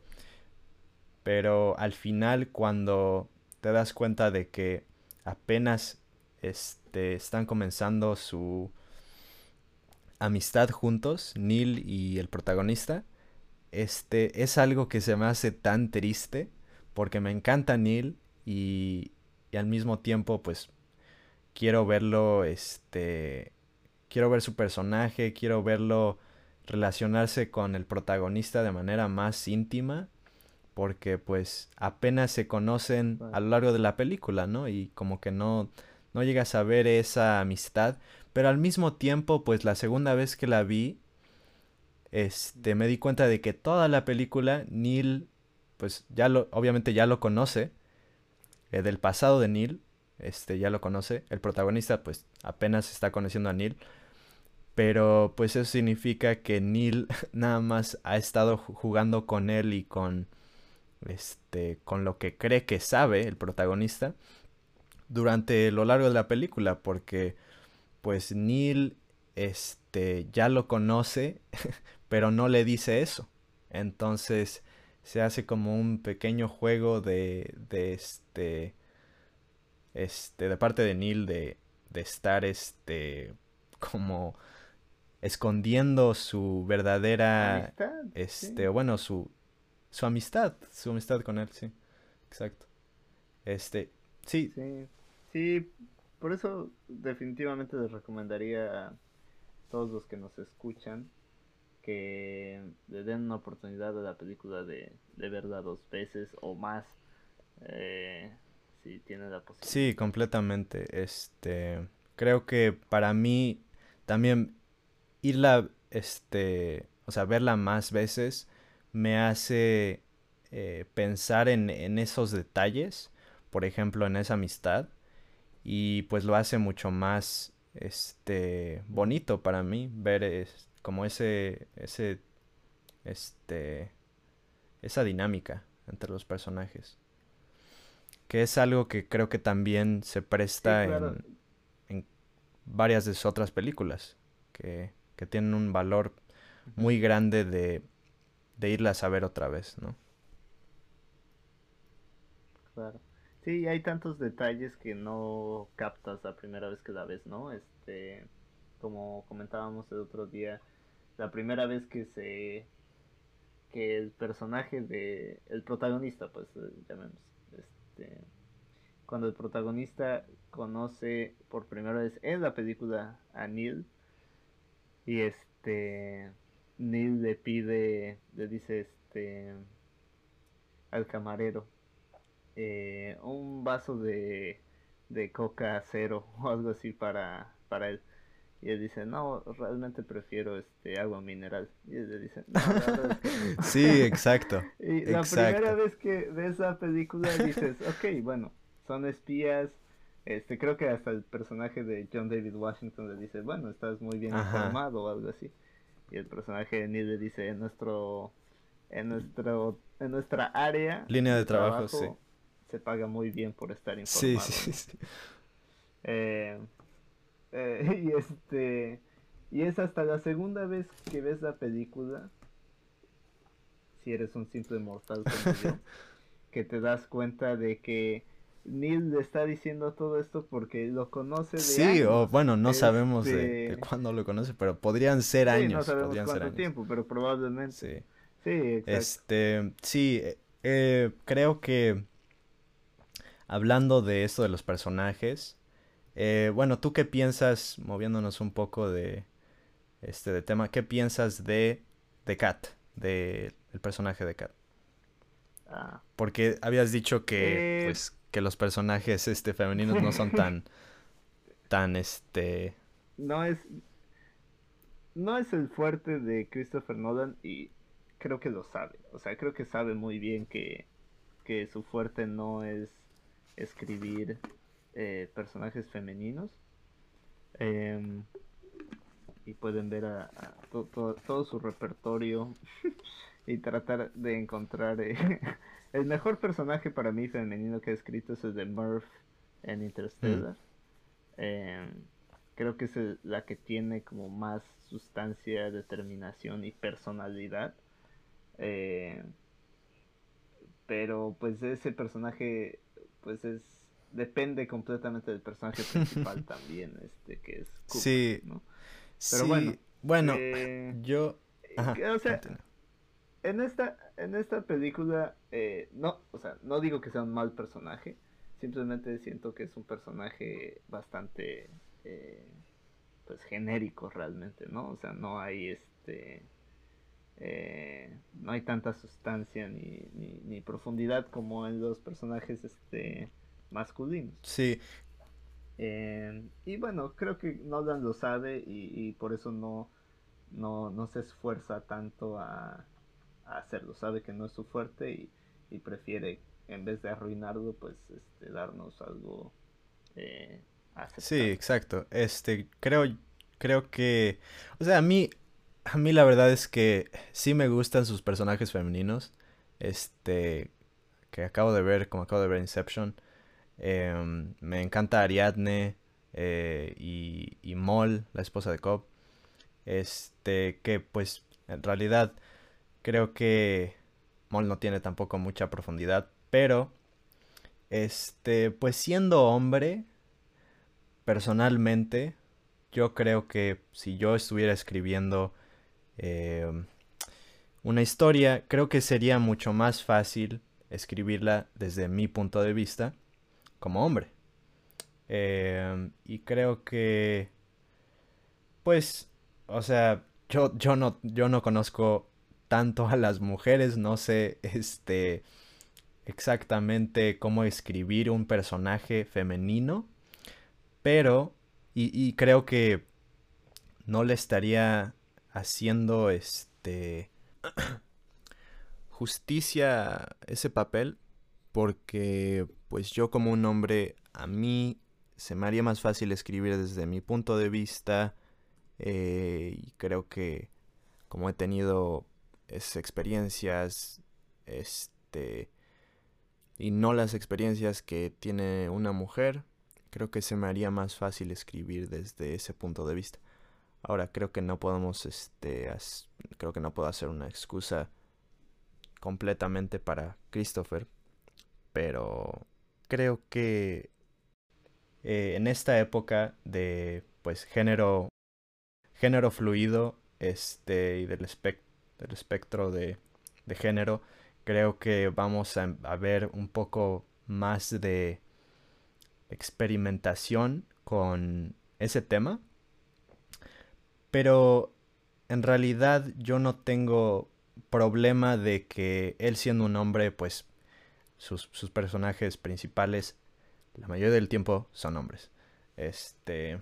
pero al final cuando te das cuenta de que apenas están comenzando su amistad juntos, Neil y el protagonista, es algo que se me hace tan triste porque me encanta Neil y al mismo tiempo pues quiero verlo, quiero ver su personaje, quiero verlo relacionarse con el protagonista de manera más íntima porque pues apenas se conocen a Claro. lo largo de la película, ¿no? Y como que no llegas a ver esa amistad, pero al mismo tiempo, pues la segunda vez que la vi, me di cuenta de que toda la película Neil, pues obviamente ya lo conoce, del pasado de Neil, ya lo conoce, el protagonista pues apenas está conociendo a Neil, pero pues eso significa que Neil nada más ha estado jugando con él y con lo que cree que sabe el protagonista durante lo largo de la película, porque pues Neil ya lo conoce, pero no le dice eso. Entonces se hace como un pequeño juego de parte de Neil de estar como escondiendo su verdadera Amistad, sí. bueno, su amistad con él, sí. Exacto. Este, sí, Sí, sí, por eso definitivamente les recomendaría a todos los que nos escuchan que le den una oportunidad a la película de verla dos veces o más, eh, si tienen la sí, posibilidad. completamente. Creo que para mí también irla, o sea, verla más veces me hace pensar en esos detalles, por ejemplo, en esa amistad, y pues lo hace mucho más, Ujú. bonito para mí ver como este, esa dinámica entre los personajes, que es algo que creo que también se Sí, presta claro. en varias de sus otras películas, que tienen un valor Ujú, muy grande de irlas a ver otra vez, ¿no? claro. Sí, hay tantos detalles que no captas la primera vez que la ves, ¿no? Como comentábamos el otro día, la primera vez que el personaje de el protagonista, pues llamemos, este, cuando el protagonista conoce por primera vez en la película a Neil y Neil le dice al camarero, un vaso de coca cero o algo así para él. Y él dice, no, realmente prefiero agua mineral. Y él le dice, no, la verdad es que no. Sí, exacto, Y la primera exacto. vez que ves la película dices, ok, bueno, son espías. Creo que hasta el personaje de John David Washington le dice, bueno, estás muy bien Ajá. informado o algo así. Y el personaje de Neil le dice, en nuestra área Línea de de trabajo, sí. trabajo se paga muy bien por estar Sí, informado, sí, ¿no? sí. Eh, y y es hasta la segunda vez que ves la película, si eres un simple mortal como yo, que te das cuenta de que Neil le está diciendo todo esto porque lo conoce de Sí, o años. bueno, no sabemos de cuándo lo conoce, pero Sí, no sabemos podrían ser cuánto años. tiempo, pero probablemente. Sí. Sí, exacto. Sí, creo que hablando de esto de los personajes, bueno, ¿tú qué piensas, moviéndonos un poco de tema, qué piensas de Kat, de el personaje de Kat? Ah, Porque habías dicho que, eh, pues, que los personajes, femeninos no son tan, no es, no es el fuerte de Christopher Nolan y creo que lo sabe. O sea, creo que sabe muy bien que su fuerte no es escribir personajes femeninos. Em, y pueden ver todo su repertorio y tratar de encontrar el mejor personaje para mí femenino que he escrito es el de Murph en mm, Interstellar. Em, Creo que es la que tiene como más sustancia, determinación y personalidad. Eh, pero pues ese personaje pues depende completamente del personaje principal también, que es Cook, sí, ¿no? Pero bueno, sí, bueno, eh, yo, ajá, o sea, continúo. en esta película, no, o sea, no digo que sea un mal personaje, simplemente siento que es un personaje bastante, eh, pues, genérico realmente, ¿no? O sea, no hay tanta sustancia ni profundidad como en los personajes, masculinos. Sí, Y bueno, creo que Nolan lo sabe y por eso no se esfuerza tanto a hacerlo. Sabe que no es su fuerte y prefiere, en vez de arruinarlo, pues darnos algo eh, Sí, aceptable. exacto. Creo que, o sea, a mí la verdad es que sí me gustan sus personajes femeninos. Este, que acabo de ver, como acabo de ver Inception. Me encanta Ariadne y Moll, la esposa de Cobb. Que pues en realidad creo que Moll no tiene tampoco mucha profundidad, pero pues siendo hombre, personalmente, yo creo que si yo estuviera escribiendo eh, una historia, creo que sería mucho más fácil escribirla desde mi punto de vista como hombre. Y creo que, pues, o sea, yo no conozco tanto a las mujeres, no sé, exactamente cómo escribir un personaje femenino, pero, y creo que no le estaría haciendo, justicia a ese papel, porque, pues yo como un hombre, a mí se me haría más fácil escribir desde mi punto de vista. Y creo que como he tenido esas experiencias, este, y no las experiencias que tiene una mujer, creo que se me haría más fácil escribir desde ese punto de vista. Ahora creo que no podemos, creo que no puedo hacer una excusa completamente para Christopher, pero creo que en esta época de pues género fluido y del espectro de género, creo que vamos a ver un poco más de experimentación con ese tema, pero en realidad yo no tengo problema de que él siendo un hombre, pues sus personajes principales, la mayoría del tiempo son hombres. Este,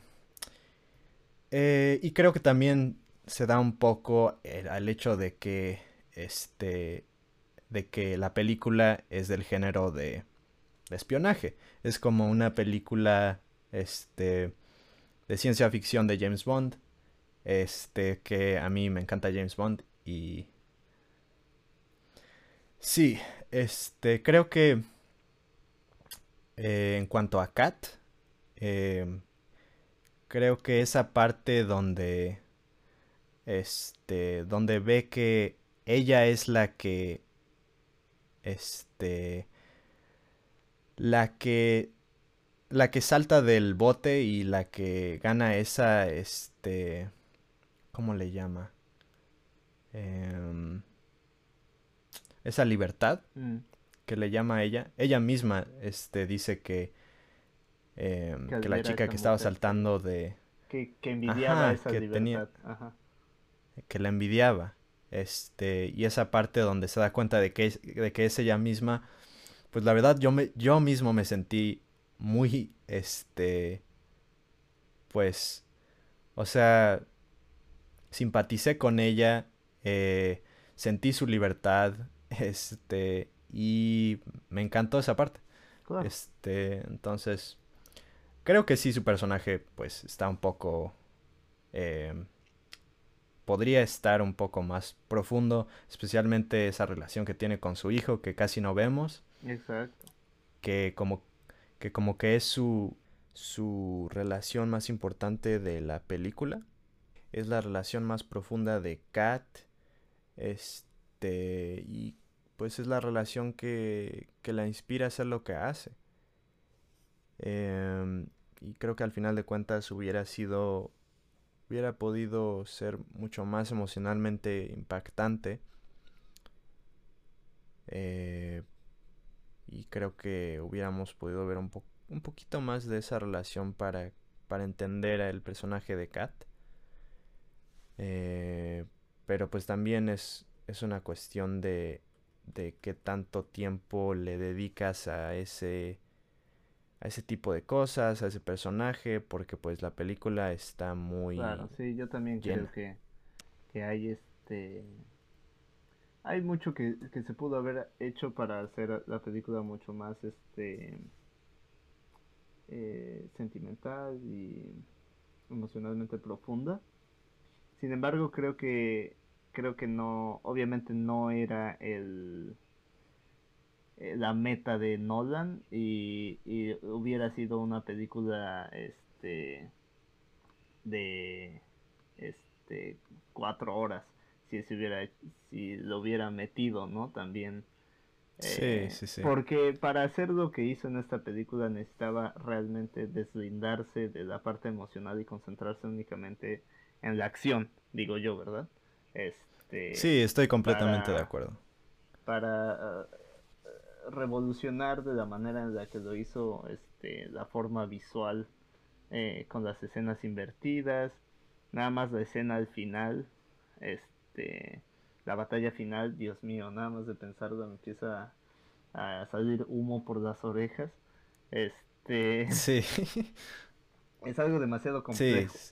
y creo que también se da un poco al hecho este, de que la película es del género de espionaje. Es como una película, de ciencia ficción de James Bond, que a mí me encanta James Bond y sí, creo que en cuanto a Kat, eh, creo que esa parte donde ve que ella es este, la que, la que salta del bote y la que gana ¿cómo le llama? Em, esa libertad Mm, que le llama a ella. Ella misma, dice que que al la ver a chica esta que estaba mujer saltando de, que envidiaba ajá, esa libertad. Ajá, que la envidiaba. Y esa parte donde se da cuenta de que es ella misma, pues la verdad yo mismo me sentí muy, pues, o sea, simpaticé con ella, sentí su libertad, y me encantó esa parte. claro. Entonces, creo que sí su personaje, pues, está un poco, eh, podría estar un poco más profundo, especialmente esa relación que tiene con su hijo, que casi no vemos, Exacto. que como que es su relación más importante de la película. Es la relación más profunda de Kat. Y pues es la relación que la inspira a hacer lo que hace. Y creo que al final de cuentas hubiera podido ser mucho más emocionalmente impactante. eh, y creo que hubiéramos podido ver un poquito más de esa relación para entender al personaje de Kat. Eh, pero pues también es una cuestión de qué tanto tiempo le dedicas a ese tipo de cosas, a ese personaje, porque pues la película está Claro, muy sí, yo también creo llena. que hay hay mucho que se pudo haber hecho para hacer la película mucho más sentimental y emocionalmente profunda. Sin embargo, creo que no, obviamente no era la meta de Nolan y hubiera sido una película de este 4 horas si se hubiera si lo hubiera metido, ¿no? También Sí, sí, sí. porque para hacer lo que hizo en esta película necesitaba realmente deslindarse de la parte emocional y concentrarse únicamente en la acción, digo yo, ¿verdad? Sí, estoy completamente de Para acuerdo. revolucionar de la manera en la que lo hizo la forma visual con las escenas invertidas, nada más la escena al final, este, la batalla final, Dios mío, nada más de pensarlo me empieza a salir humo por las orejas. Este, Sí, es algo demasiado sí, complejo.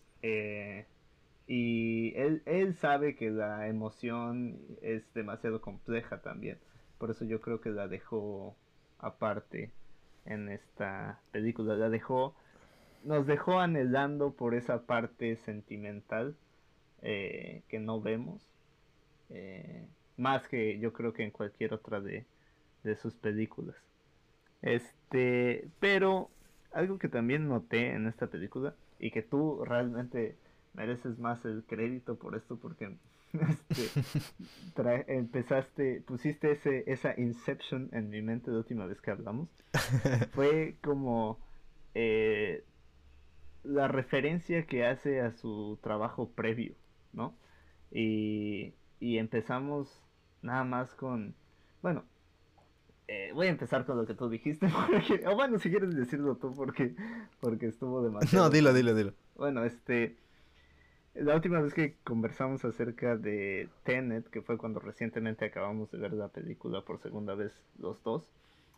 Y él sabe que la emoción es demasiado compleja también. Por eso yo creo que la dejó aparte en esta película. Nos dejó anhelando por esa parte sentimental que no vemos. Más que yo creo que en cualquier otra de sus películas. Pero algo que también noté en esta película y que tú realmente mereces más el crédito por esto porque este pusiste esa Inception en mi mente la última vez que hablamos. Fue como eh, la referencia que hace a su trabajo previo, ¿no? Y empezamos nada más con, bueno, voy a empezar con lo que tú dijiste, o bueno, si quieres decirlo tú, porque estuvo no, demasiado dilo, con... dilo, dilo. Bueno, la última vez que conversamos acerca de Tenet, que fue cuando recientemente acabamos de ver la película por segunda vez los dos,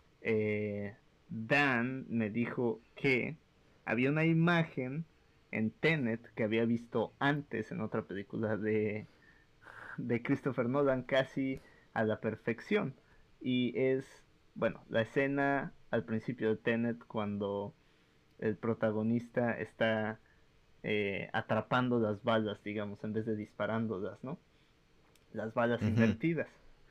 Dan me dijo que había una imagen en Tenet que había visto antes en otra película de Christopher Nolan casi a la perfección. Y es, bueno, la escena al principio de Tenet cuando el protagonista está atrapando las balas, digamos, en vez de disparándolas, ¿no? Las balas Ujú. invertidas.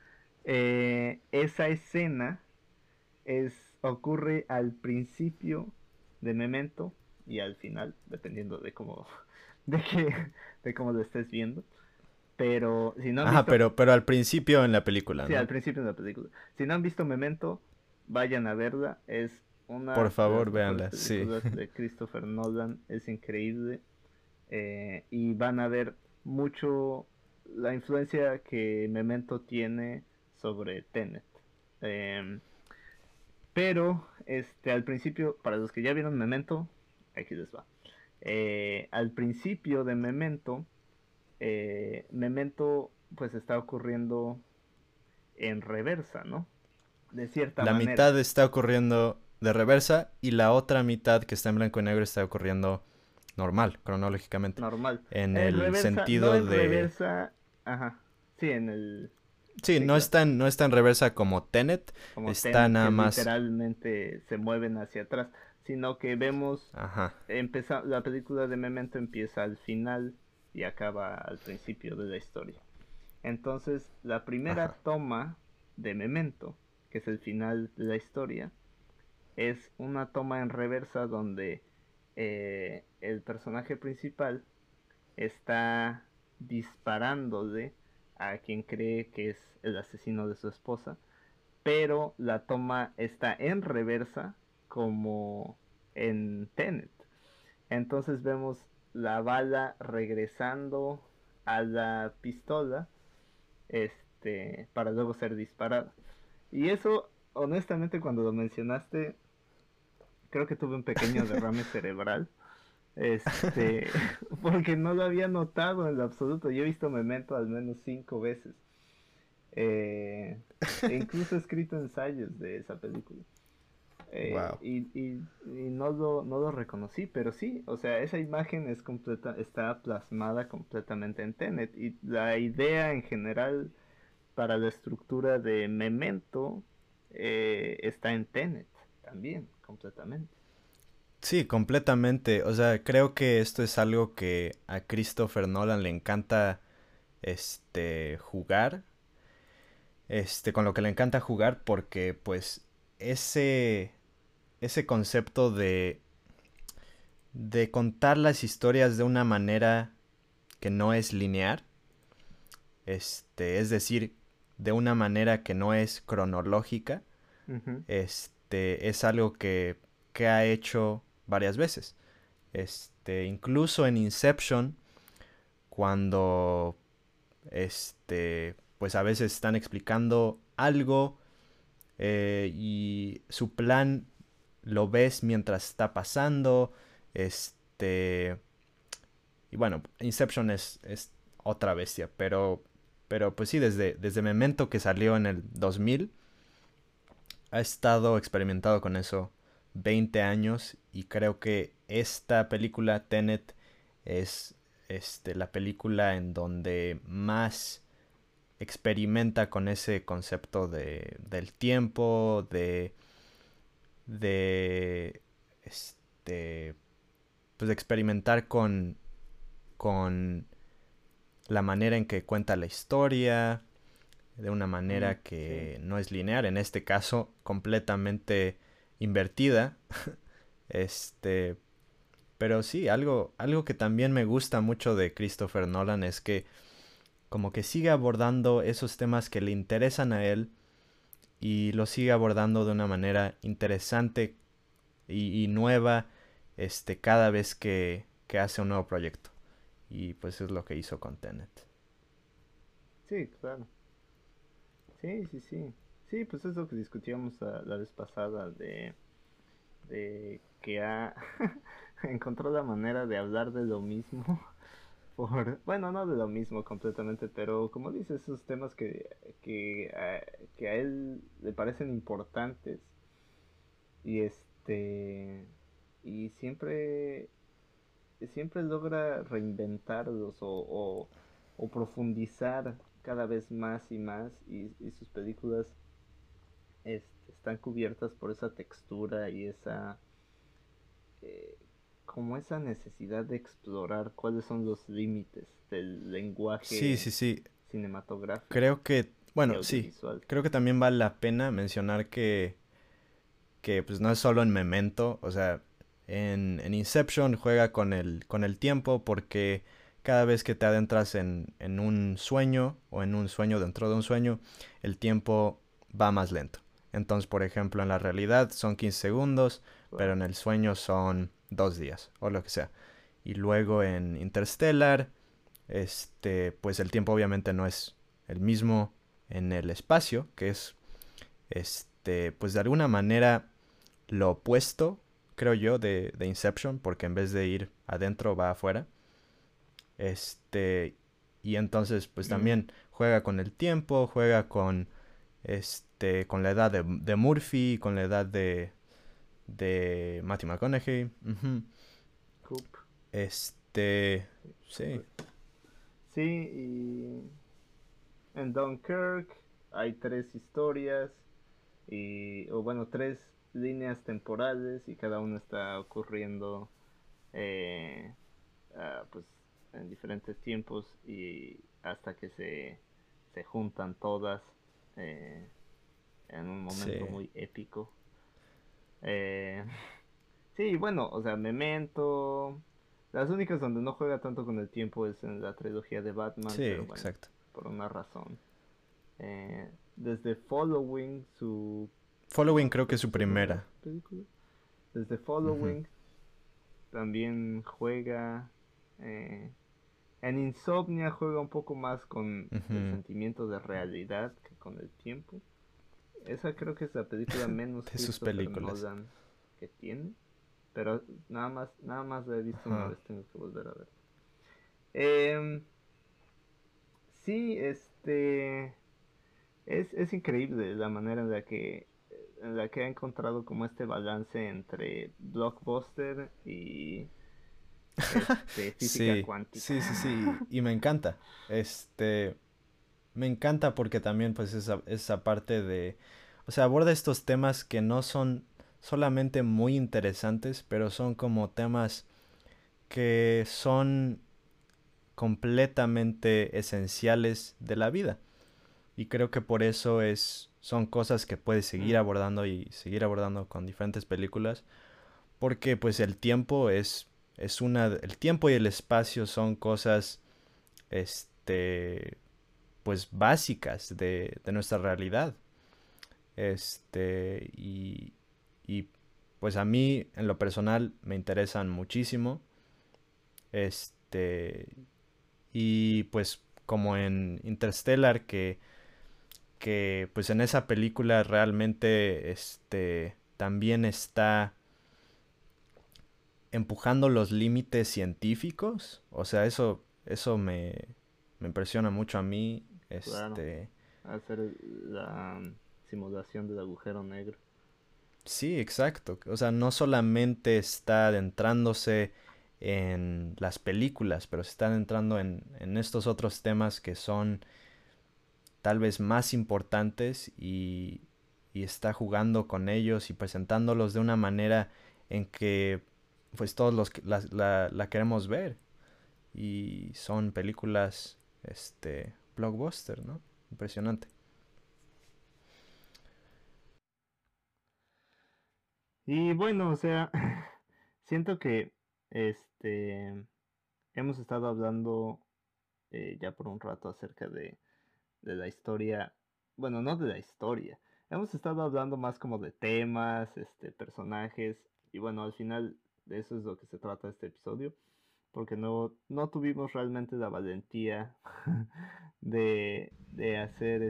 Esa escena ocurre al principio de Memento y al final, dependiendo de cómo, de que, de cómo lo estés viendo. Pero si no han Ajá, visto, pero al principio en la película, sí, al ¿no? principio de la película. Si no han visto Memento, vayan a verla. Es Por una de favor, las mejores véanla, sí. películas de Christopher Nolan. Es increíble. Y van a ver mucho la influencia que Memento tiene sobre Tenet. Em, pero al principio, para los que ya vieron Memento, aquí les va. Al principio de Memento, Memento pues está ocurriendo en reversa, ¿no? De cierta La manera, mitad está ocurriendo de reversa y la otra mitad que está en blanco y negro está ocurriendo normal, cronológicamente. normal. En En el reversa, no sentido en de... reversa, ajá, sí, Sí, sí, claro, no está en reversa como Tenet, como está Tenet, nada que más... literalmente se mueven hacia atrás, sino que vemos, Ajá, la película de Memento empieza al final y acaba al principio de la historia. Entonces, la primera ajá. toma de Memento, que es el final de la historia, es una toma en reversa donde el personaje principal está disparándole a quien cree que es el asesino de su esposa, pero la toma está en reversa como en Tenet. Entonces vemos la bala regresando a la pistola para luego ser disparada. Y eso, honestamente, cuando lo mencionaste, creo que tuve un pequeño derrame cerebral. Porque no lo había notado en lo absoluto. Yo he visto Memento al menos 5 veces. Eh, e incluso he escrito ensayos de esa película. Wow. Y no lo reconocí, pero sí, o sea, esa imagen está plasmada completamente en Tenet. Y la idea en general para la estructura de Memento está en Tenet también, completamente. Sí, completamente. O sea, creo que esto es algo que a Christopher Nolan le encanta jugar. Con lo que le encanta jugar porque pues ese ese concepto de contar las historias de una manera que no es lineal, es decir, de una manera que no es cronológica, Ujú. es algo que ha hecho varias veces. Incluso en Inception, cuando pues a veces están explicando algo y su plan lo ves mientras está pasando. Este. Y bueno, Inception es otra bestia, pero pues sí, desde Memento que salió en el 2000, ha estado experimentado con eso 20 años y creo que esta película, Tenet, es la película en donde más experimenta con ese concepto del tiempo, de pues de experimentar con la manera en que cuenta la historia, de una Mm, manera sí, que no es lineal, en este caso completamente invertida. Este, pero sí, algo que también me gusta mucho de Christopher Nolan es que como que sigue abordando esos temas que le interesan a él y lo sigue abordando de una manera interesante y nueva cada vez que hace un nuevo proyecto. Y pues es lo que hizo con Tenet. sí, claro. Sí, sí, sí. Sí, pues es lo que discutíamos la vez pasada de que ha encontró la manera de hablar de lo mismo bueno, no de lo mismo completamente, pero como dices, esos temas que a él le parecen importantes y y siempre logra reinventarlos o profundizar cada vez más y más y sus películas están cubiertas por esa textura y eh, como esa necesidad de explorar cuáles son los límites del Sí, lenguaje sí, sí. cinematográfico Creo que, y bueno, sí. audiovisual. Creo que también vale la pena mencionar que pues no es solo en Memento. O sea, en Inception juega con el tiempo porque cada vez que te adentras en un sueño o en un sueño dentro de un sueño, el tiempo va más lento. Entonces, por ejemplo, en la realidad son 15 segundos, pero Wow. en el sueño son 2 días o lo que sea. Y luego en Interstellar, pues el tiempo obviamente no es el mismo en el espacio, que es, pues de alguna manera lo opuesto, creo yo, de Inception, porque en vez de ir adentro va afuera. Este, y entonces pues Mm, también juega con el tiempo, juega con la edad de Murphy, con la edad de Matthew McConaughey. Ujú. Coop. Este, Sí, sí, correcto. Sí, y en Dunkirk hay tres historias o bueno, tres líneas temporales y cada una está ocurriendo eh, pues en diferentes tiempos y hasta que se juntan todas eh, en un sí, momento muy épico. Eh, sí, bueno, o sea, Memento. Las únicas donde no juega tanto con el tiempo es en la trilogía de Batman, sí, pero bueno, exacto. por una razón. Desde Following, Following no, creo que creo es que su es su primera primera. película. Desde Ujú. Following también juega. eh, En Insomnia juega un poco más con el Ujú. sentimiento de realidad que con el tiempo. Esa creo que es la película menos De sus Christopher películas. Nolan que tiene. Pero nada más la he visto una Ajá. vez, tengo que volver a ver. Em, sí, es increíble la manera en la que en la que ha encontrado como este balance entre blockbuster y física Sí, cuántica. sí, sí, sí, y me encanta. Este, me encanta porque también pues esa parte de, o sea, aborda estos temas que no son solamente muy interesantes, pero son como temas que son completamente esenciales de la vida. Y creo que por eso son cosas que puedes seguir Mm, abordando y seguir abordando con diferentes películas, porque pues el tiempo y el espacio son cosas, este, pues básicas de nuestra realidad. Este, y pues a mí en lo personal me interesan muchísimo. Este, y pues como en Interstellar que pues en esa película realmente también está empujando los límites científicos. O sea, eso me impresiona mucho a mí. claro, hacer la simulación del agujero negro. Sí, exacto. O sea, no solamente está adentrándose en las películas, pero se está adentrando en estos otros temas que son tal vez más importantes y está jugando con ellos y presentándolos de una manera en que pues todos la queremos ver. Y son películas, blockbuster, ¿no? Impresionante. Y bueno, o sea, siento que este hemos estado hablando ya por un rato acerca de la historia, bueno, no de la historia, hemos estado hablando más como de temas, personajes, y bueno, al final de eso es lo que se trata este episodio, porque no tuvimos realmente la valentía de hacer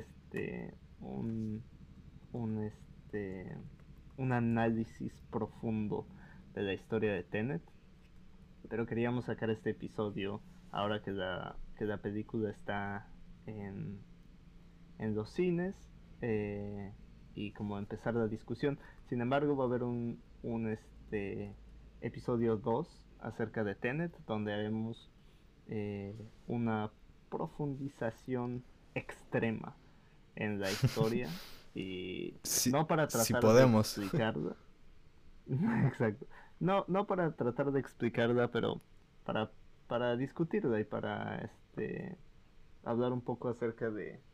un, un análisis profundo de la historia de Tenet, pero queríamos sacar este episodio ahora que la película está en, en los cines, eh, y como empezar la discusión. Sin embargo, va a haber un episodio 2 acerca de Tenet, donde haremos una profundización extrema en la historia y Si, no para si tratar de podemos. explicarla. Exacto. No para tratar de explicarla, pero para, para discutirla y para hablar un poco acerca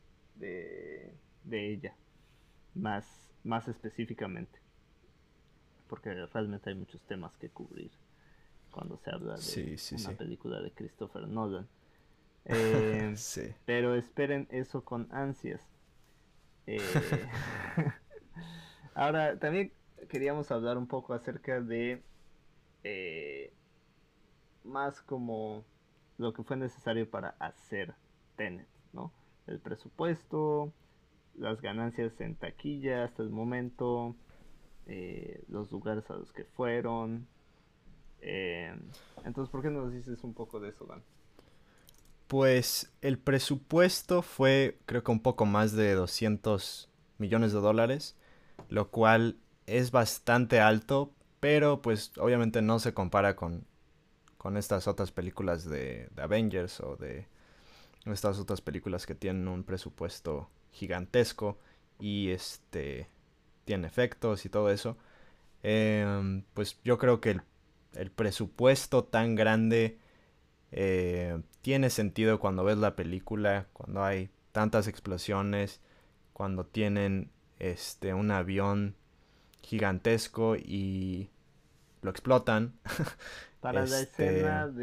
de ella, más, más específicamente, porque realmente hay muchos temas que cubrir cuando se habla de Sí, sí, una sí. película de Christopher Nolan. Eh, Sí. pero esperen eso con ansias. Eh, Ahora, también queríamos hablar un poco acerca de eh, más como lo que fue necesario para hacer Tenet, ¿no? El presupuesto, las ganancias en taquilla hasta el momento, los lugares a los que fueron. eh, entonces, ¿por qué no nos dices un poco de eso, Dan? Pues el presupuesto fue creo que un poco más de 200 millones de dólares, lo cual es bastante alto, pero pues obviamente no se compara con estas otras películas de Avengers o de estas otras películas que tienen un presupuesto gigantesco y tiene efectos y todo eso. Pues yo creo que el presupuesto tan grande tiene sentido cuando ves la película, cuando hay tantas explosiones, cuando tienen un avión gigantesco y lo explotan. Para la Este, escena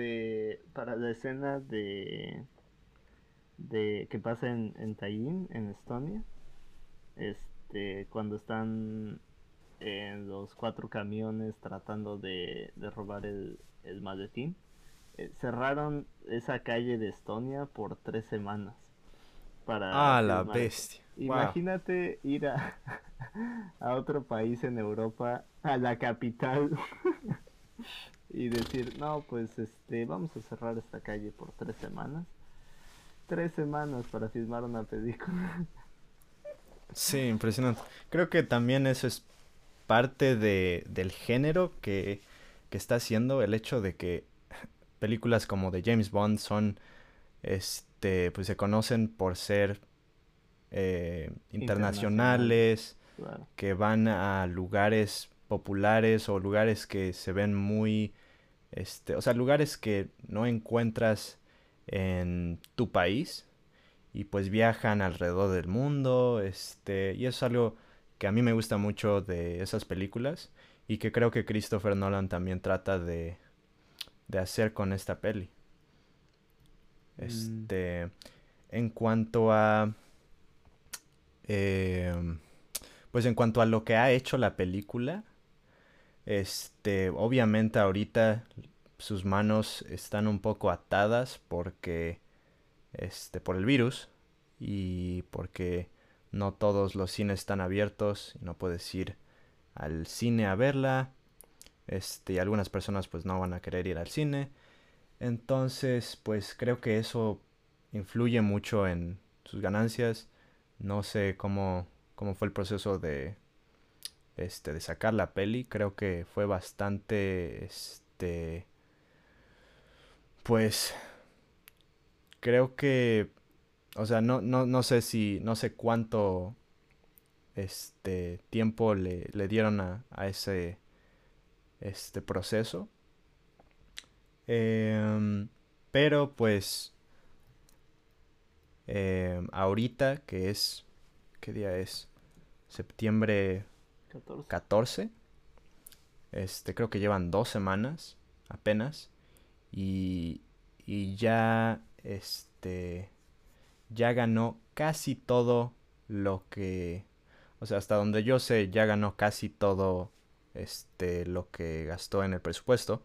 de que pasa en Tallinn, en Estonia, cuando están en los cuatro camiones tratando de robar el maletín. Cerraron esa calle de Estonia por 3 semanas para la filmar eso. bestia. Wow. Imagínate ir a otro país en Europa, a la capital, y decir, no, pues vamos a cerrar esta calle por 3 semanas. 3 semanas para filmar una película. Sí, impresionante. Creo que también eso es parte del género que está haciendo el hecho de que películas como de James Bond son, pues se conocen por ser Internacionales, internacionales, claro. que van a lugares populares o lugares que se ven muy, o sea, lugares que no encuentras en tu país y pues viajan alrededor del mundo, y eso es algo que a mí me gusta mucho de esas películas y que creo que Christopher Nolan también trata de hacer con esta peli. Mm, Este, en cuanto a, eh, pues en cuanto a lo que ha hecho la película, obviamente ahorita sus manos están un poco atadas porque, por el virus y porque no todos los cines están abiertos y no puedes ir al cine a verla, y algunas personas pues no van a querer ir al cine, entonces pues creo que eso influye mucho en sus ganancias. No sé cómo fue el proceso de sacar la peli. Creo que fue bastante, pues creo que, o sea, no sé si, no sé cuánto, tiempo le dieron a ese, proceso. Em, pero pues, ahorita que es, ¿qué día es? Septiembre 14. 14. Creo que llevan 2 semanas apenas. Y, y ya, ya ganó casi todo lo que, o sea, hasta donde yo sé, ya ganó casi todo, lo que gastó en el presupuesto.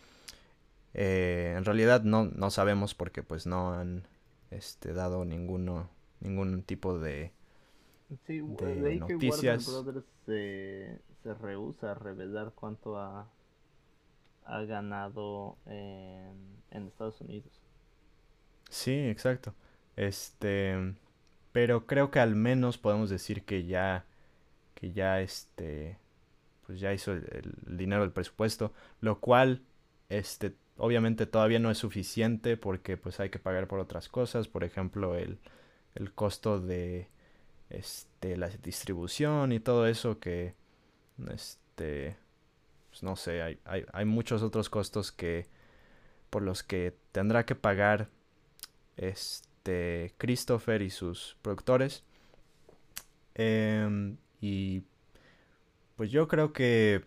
En realidad no sabemos porque pues no han, dado ningún tipo Sí, de leí que Warner noticias. Brothers se rehúsa a revelar cuánto ha ganado en Estados Unidos. Sí, exacto. Este, pero creo que al menos podemos decir que ya, pues ya hizo el dinero del presupuesto, lo cual, obviamente todavía no es suficiente porque pues hay que pagar por otras cosas, por ejemplo, el costo de, la distribución y todo eso que, este, pues no sé, hay muchos otros costos que, por los que tendrá que pagar, Christopher y sus productores. Y pues yo creo que,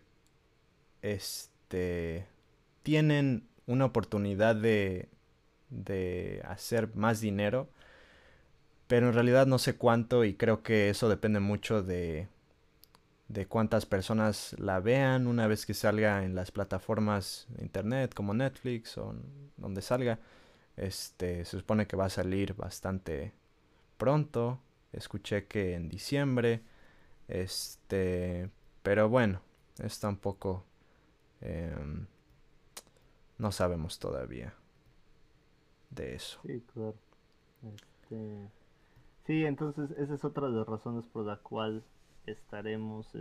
este, tienen una oportunidad de hacer más dinero, pero en realidad no sé cuánto y creo que eso depende mucho de cuántas personas la vean una vez que salga en las plataformas de internet como Netflix o donde salga. Se supone que va a salir bastante pronto. Escuché que en diciembre. Este, pero bueno, está un poco, em, no sabemos todavía de eso. Sí, claro. Este, sí, entonces esa es otra de las razones por la cual estaremos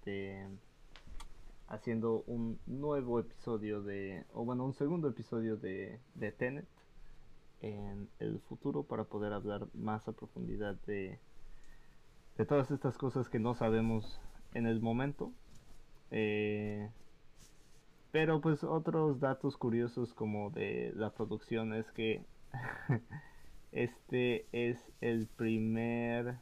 haciendo un nuevo episodio o bueno, un segundo episodio de Tenet en el futuro para poder hablar más a profundidad de todas estas cosas que no sabemos en el momento. Eh, pero pues otros datos curiosos como de la producción es que este es el primer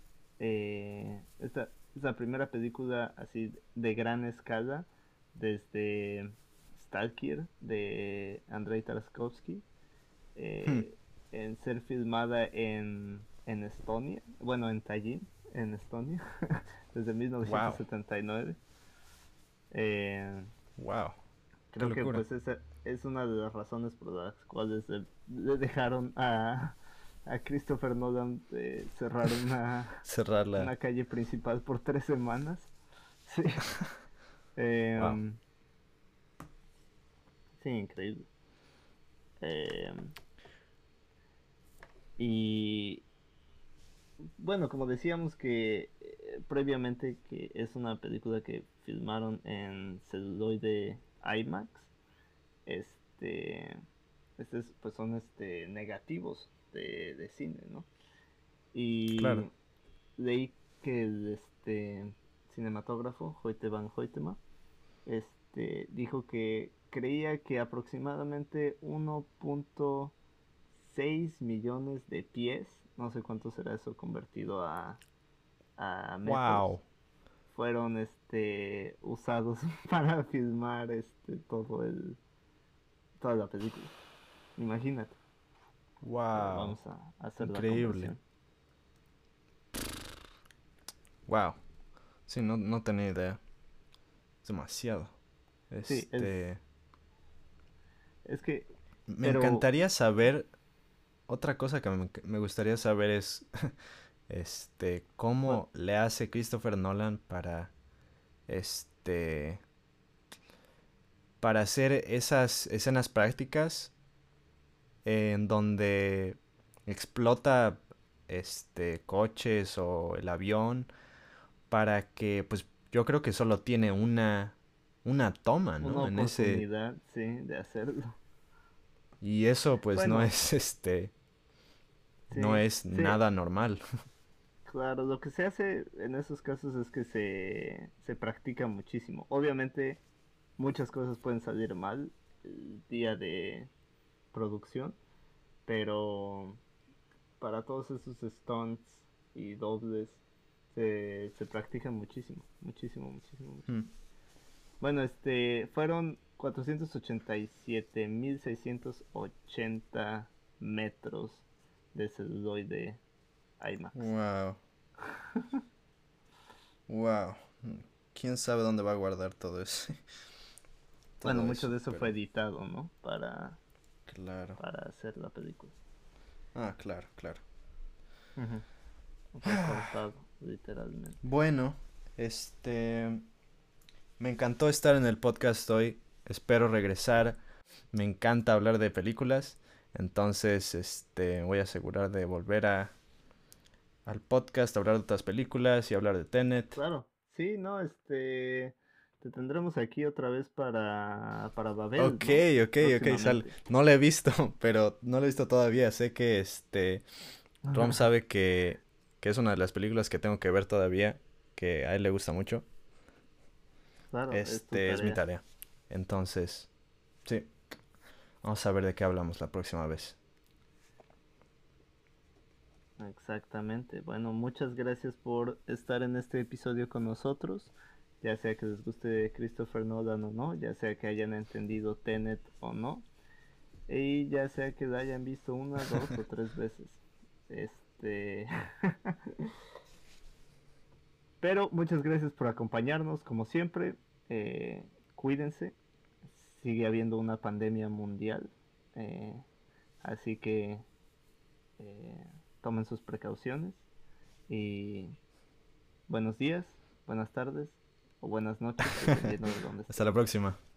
esta es la primera película así de gran escala desde Stalker de Andrei Tarkovsky, Hmm, eh, en ser filmada en Estonia, bueno, en Tallinn, en Estonia, desde wow, 1979. Eh, wow, qué Creo que locura. pues esa es una de las razones por las cuales le dejaron a Christopher Nolan cerrar Cerrarla, una calle principal por 3 semanas. Sí, wow. Em, sí, increíble. Em, y bueno, como decíamos que previamente que es una película que filmaron en celuloide IMAX, este, pues son negativos de cine, ¿no? Claro. Y leí que el cinematógrafo Hoyte van Hoytema dijo que creía que aproximadamente 1.6 millones de pies, no sé cuánto será eso convertido a metros, Wow. fueron usados para filmar toda la película. Imagínate. Wow. Vamos a hacer la Increíble. conversión. Wow. Sí, no, no tenía idea. Es demasiado. Sí, es que, Me pero encantaría saber. Otra cosa que me gustaría saber es. bueno, ¿Cómo le hace Christopher Nolan este, para hacer esas escenas prácticas en donde explota, coches o el avión para que, pues, yo creo que solo tiene una toma, una ¿no? En ese, oportunidad, sí, de hacerlo. y eso, pues, no Bueno, es, no sí, es sí, nada normal. claro, lo que se hace en esos casos es que se practica muchísimo. Obviamente, muchas cosas pueden salir mal el día de producción, pero para todos esos stunts y dobles se practican muchísimo, muchísimo, muchísimo, Hmm. muchísimo. Bueno, fueron 487.680 metros de celuloide IMAX. Wow, wow. ¿Quién sabe dónde va a guardar todo eso? Bueno, Todo mucho eso, de eso fue pero editado, ¿no? claro. Para hacer la película. Ah, claro, claro. Ujú. Recortado, literalmente. Bueno, me encantó estar en el podcast hoy. Espero regresar. Me encanta hablar de películas. Entonces, voy a asegurar de volver al podcast, hablar de otras películas y hablar de Tenet. Claro, sí, no, te tendremos aquí otra vez para Babel, Ok, ¿no? ok, ok, sale. Próximamente. No lo he visto, pero no lo he visto todavía. Sé que Rom sabe que es una de las películas que tengo que ver todavía, que a él le gusta mucho. Claro, es tu Es mi tarea. tarea. Entonces, sí, vamos a ver de qué hablamos la próxima vez. Exactamente. Bueno, muchas gracias por estar en este episodio con nosotros. Ya sea que les guste Christopher Nolan o no, ya sea que hayan entendido Tenet o no, y ya sea que la hayan visto una, dos o tres veces. Este. Pero muchas gracias por acompañarnos, como siempre. Cuídense. Sigue habiendo una pandemia mundial. eh, Así que eh, tomen sus precauciones. Y buenos días, buenas tardes o buenas noches, dependiendo de dónde Hasta estén. la próxima.